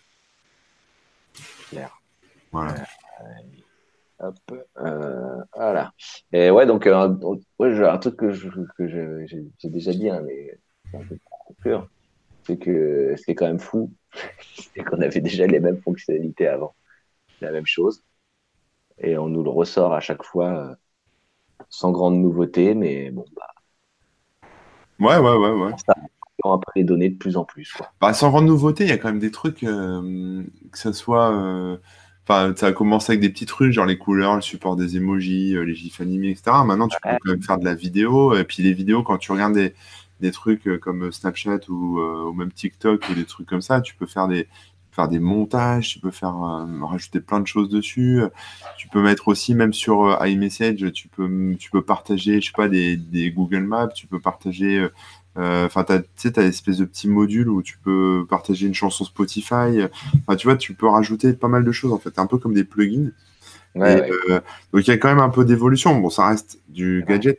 [SPEAKER 3] Clair.
[SPEAKER 2] Voilà.
[SPEAKER 3] Hop, voilà. Et ouais, donc, ouais, un truc que j'ai déjà dit, hein, mais c'est un peu pour conclure, c'est que c'est quand même fou, c'est qu'on avait déjà les mêmes fonctionnalités avant, la même chose, et on nous le ressort à chaque fois sans grande nouveauté, mais bon, bah,
[SPEAKER 2] Ouais.
[SPEAKER 3] ça prend après les données de plus en plus, quoi.
[SPEAKER 2] Bah, sans grande nouveauté, il y a quand même des trucs, que ça soit. Enfin, ça a commencé avec des petits trucs, genre les couleurs, le support des emojis, les gifs animés, etc. Maintenant, tu peux quand même faire de la vidéo. Et puis les vidéos, quand tu regardes des trucs comme Snapchat ou même TikTok ou des trucs comme ça, tu peux faire des montages, tu peux rajouter plein de choses dessus. Tu peux mettre aussi, même sur iMessage, tu peux partager, je sais pas, des Google Maps, tu peux partager. Enfin, tu sais, t'as l'espèce de petit module où tu peux partager une chanson Spotify. Enfin, tu vois, tu peux rajouter pas mal de choses, en fait, un peu comme des plugins.
[SPEAKER 3] Ouais.
[SPEAKER 2] Donc, il y a quand même un peu d'évolution. Bon, ça reste du gadget,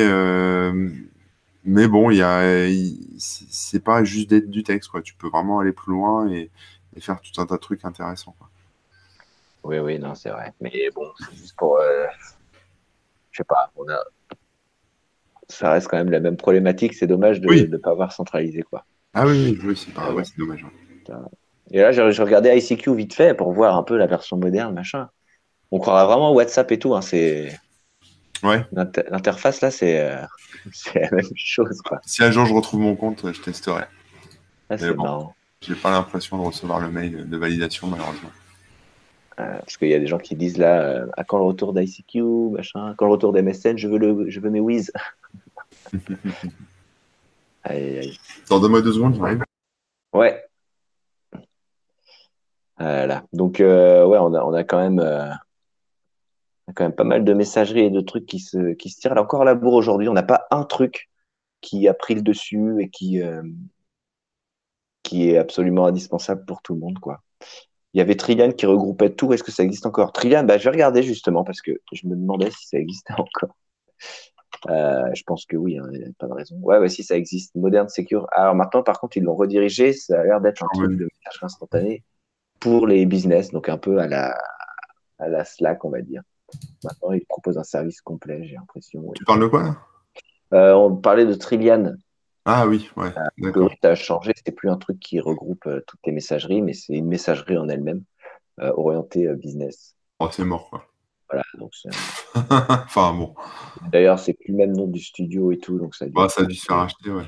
[SPEAKER 2] mais bon, c'est pas juste du texte, quoi. Tu peux vraiment aller plus loin et faire tout un tas de trucs intéressants, quoi.
[SPEAKER 3] Oui, non, c'est vrai. Mais bon, c'est juste pour, je sais pas, ça reste quand même la même problématique. C'est dommage de ne pas avoir centralisé, quoi.
[SPEAKER 2] Ah oui, c'est pas, ouais, c'est dommage. Ouais.
[SPEAKER 3] Et là, je regardais ICQ vite fait pour voir un peu la version moderne, machin. On croirait vraiment WhatsApp et tout. Hein,
[SPEAKER 2] ouais.
[SPEAKER 3] L'interface, là, c'est la même chose, quoi.
[SPEAKER 2] Si un jour je retrouve mon compte, je testerai.
[SPEAKER 3] Ah, c'est marrant.
[SPEAKER 2] J'ai pas l'impression de recevoir le mail de validation, malheureusement.
[SPEAKER 3] Parce qu'il y a des gens qui disent là, à quand le retour d'ICQ, machin, quand le retour des MSN, je veux mes Wiz. Aïe.
[SPEAKER 2] Dans 2 secondes, j'arrive.
[SPEAKER 3] Ouais. Voilà. Donc, ouais, on a quand même pas mal de messageries et de trucs qui se tirent encore à la bourre aujourd'hui. On n'a pas un truc qui a pris le dessus et qui est absolument indispensable pour tout le monde, quoi. Il y avait Trillian qui regroupait tout. Est-ce que ça existe encore? Trillian, bah, je vais regarder justement parce que je me demandais si ça existait encore. Je pense que oui, il n'y a pas de raison. Ouais, si ça existe. Modern Secure. Alors maintenant, par contre, ils l'ont redirigé. Ça a l'air d'être un truc de messagerie instantanée pour les business, donc un peu à la Slack, on va dire. Maintenant, ils proposent un service complet, j'ai l'impression.
[SPEAKER 2] Tu parles de quoi là?
[SPEAKER 3] On parlait de Trillian.
[SPEAKER 2] Ah oui, ouais, d'accord.
[SPEAKER 3] Ça a changé, c'est plus un truc qui regroupe toutes les messageries, mais c'est une messagerie en elle-même, orientée business.
[SPEAKER 2] Oh, c'est mort, quoi.
[SPEAKER 3] Voilà, donc
[SPEAKER 2] enfin bon.
[SPEAKER 3] D'ailleurs, c'est plus le même nom du studio et tout, donc ça
[SPEAKER 2] a dû se faire acheter, ouais.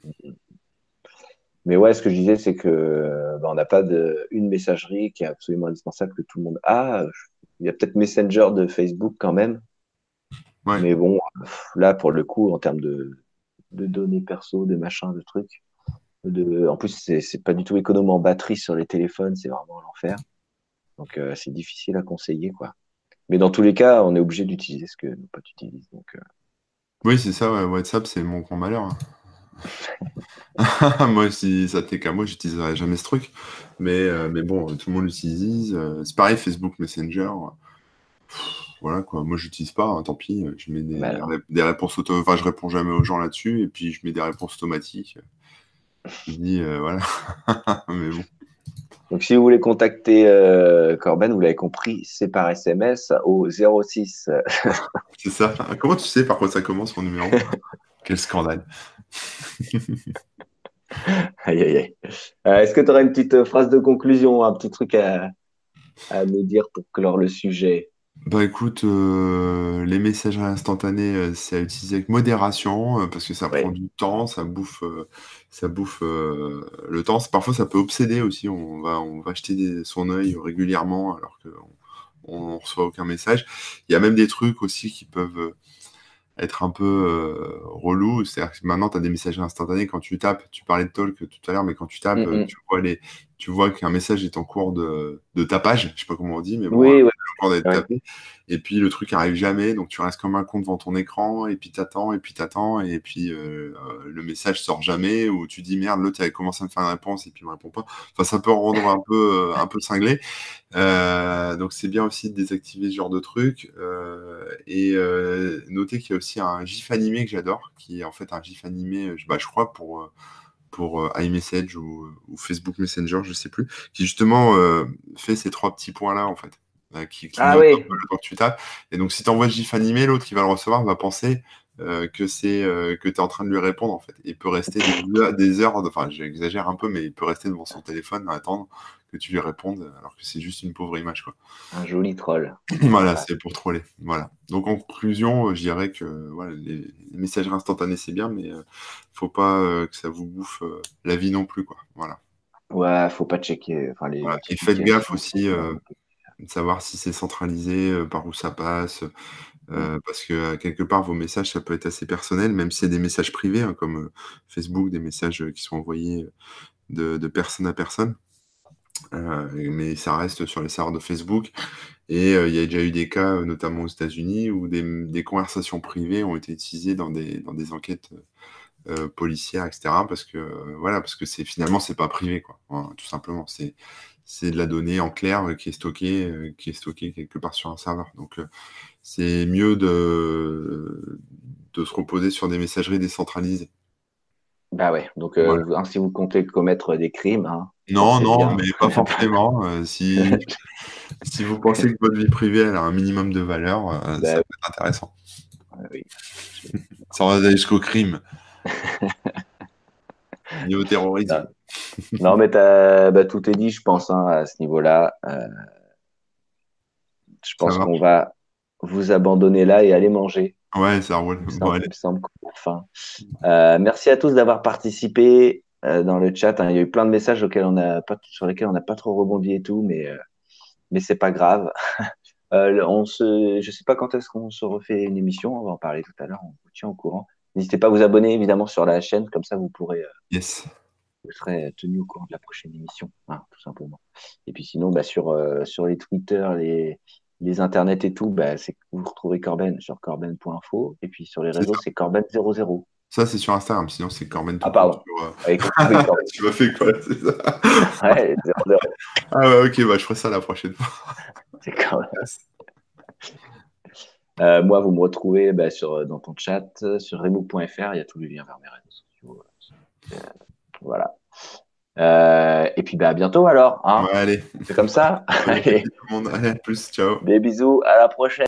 [SPEAKER 3] Mais ouais, ce que je disais, c'est que on n'a pas une messagerie qui est absolument indispensable que tout le monde a. Il y a peut-être Messenger de Facebook quand même.
[SPEAKER 2] Ouais.
[SPEAKER 3] Mais bon, là, pour le coup, en termes de données perso, de machin, de trucs, en plus, c'est pas du tout économe en batterie sur les téléphones, c'est vraiment l'enfer. Donc, c'est difficile à conseiller, quoi. Mais dans tous les cas, on est obligé d'utiliser ce que nos potes utilisent. Donc,
[SPEAKER 2] Oui, c'est ça, ouais. WhatsApp, c'est mon grand malheur. Moi, si ça t'est qu'à moi, j'utiliserai jamais ce truc. Mais bon, tout le monde l'utilise. C'est pareil, Facebook Messenger. Voilà, quoi. Moi, j'utilise pas, hein, tant pis. Je mets des réponses auto. Enfin, je réponds jamais aux gens là-dessus. Et puis, je mets des réponses automatiques. Je dis, voilà. Mais bon.
[SPEAKER 3] Donc, si vous voulez contacter Corben, vous l'avez compris, c'est par SMS au 06.
[SPEAKER 2] C'est ça. Comment tu sais par quoi ça commence mon numéro? Quel scandale.
[SPEAKER 3] Aïe, aïe, aïe. Est-ce que tu aurais une petite phrase de conclusion, un petit truc à nous dire pour clore le sujet?
[SPEAKER 2] Bah écoute, les messageries instantanées, c'est à utiliser avec modération, parce que ça prend du temps, ça bouffe le temps. Parfois, ça peut obséder aussi. On va jeter son œil régulièrement alors qu'on reçoit aucun message. Il y a même des trucs aussi qui peuvent être un peu relou. C'est-à-dire que maintenant, tu as des messageries instantanées. Quand tu tapes, tu parlais de talk tout à l'heure, mais quand tu tapes, tu vois qu'un message est en cours de tapage. Je sais pas comment on dit, mais bon,
[SPEAKER 3] Oui,
[SPEAKER 2] il est en cours d'être tapé. Et puis, le truc arrive jamais. Donc, tu restes comme un con devant ton écran. Et puis, t'attends. Et puis, le message sort jamais. Ou tu dis, merde, l'autre avait commencé à me faire une réponse. Et puis, il me répond pas. Enfin, ça peut rendre un peu cinglé. Donc c'est bien aussi de désactiver ce genre de truc. Notez qu'il y a aussi un GIF animé que j'adore, qui est en fait un GIF animé, je crois, pour iMessage ou Facebook Messenger, je sais plus, qui justement fait ces 3 petits points-là, en fait, qui note un peu le temps que tu tapes. Et donc si tu envoies ce GIF animé, l'autre qui va le recevoir va penser que tu es en train de lui répondre, en fait. Il peut rester des heures, enfin j'exagère un peu, mais il peut rester devant son téléphone à attendre que tu lui répondes, alors que c'est juste une pauvre image, quoi.
[SPEAKER 3] Un joli troll.
[SPEAKER 2] Voilà, c'est pour troller. Voilà. Donc en conclusion, je dirais que voilà, les messageries instantanées, c'est bien, mais faut pas que ça vous bouffe la vie non plus, quoi. Voilà.
[SPEAKER 3] Ouais, faut pas checker.
[SPEAKER 2] Voilà. Et faites gaffe aussi de savoir si c'est centralisé, par où ça passe. Parce que quelque part, vos messages, ça peut être assez personnel, même si c'est des messages privés, hein, comme Facebook, des messages qui sont envoyés de personne à personne. Mais ça reste sur les serveurs de Facebook. Et il y a déjà eu des cas, notamment aux États-Unis, où des conversations privées ont été utilisées dans des enquêtes policières, etc. Parce que finalement, c'est pas privé, quoi. Voilà, tout simplement. C'est de la donnée en clair qui est stockée quelque part sur un serveur. Donc, c'est mieux de se reposer sur des messageries décentralisées.
[SPEAKER 3] Bah ouais, donc
[SPEAKER 2] voilà.
[SPEAKER 3] si vous comptez commettre des crimes, hein,
[SPEAKER 2] non, mais pas forcément. Si vous pensez que votre vie privée elle a un minimum de valeur, ça peut être intéressant.
[SPEAKER 3] Oui.
[SPEAKER 2] Ça va aller jusqu'au crime. Ni au terrorisme.
[SPEAKER 3] Non, mais tout est dit, je pense, hein, à ce niveau-là. Je pense qu'on va vous abandonner là et aller manger.
[SPEAKER 2] Ouais, ça roule.
[SPEAKER 3] Il me semble qu'on a faim. Merci à tous d'avoir participé dans le chat. Hein. Il y a eu plein de messages sur lesquels on n'a pas trop rebondi et tout, mais c'est pas grave. Je sais pas quand est-ce qu'on se refait une émission. On va en parler tout à l'heure. On vous tient au courant. N'hésitez pas à vous abonner évidemment sur la chaîne, comme ça vous pourrez. Vous serez tenu au courant de la prochaine émission, hein, tout simplement. Et puis sinon, sur les Twitter, les internets et tout, vous retrouvez Corben sur corben.info. Et puis sur les réseaux, c'est Corben00.
[SPEAKER 2] Ça, c'est sur Instagram. Sinon, c'est Corben.
[SPEAKER 3] Ah, pardon.
[SPEAKER 2] Tu m'as fait quoi, c'est ça?
[SPEAKER 3] Ouais, 00.
[SPEAKER 2] Ah ouais, ok, je ferai ça la prochaine fois.
[SPEAKER 3] C'est Corben. Moi, vous me retrouvez dans ton chat, sur remove.fr, il y a tous les liens vers mes réseaux sociaux. Voilà. Et puis à bientôt alors. Hein.
[SPEAKER 2] Ouais, allez.
[SPEAKER 3] C'est comme ça. Allez.
[SPEAKER 2] Allez, à plus, ciao.
[SPEAKER 3] Des bisous, à la prochaine.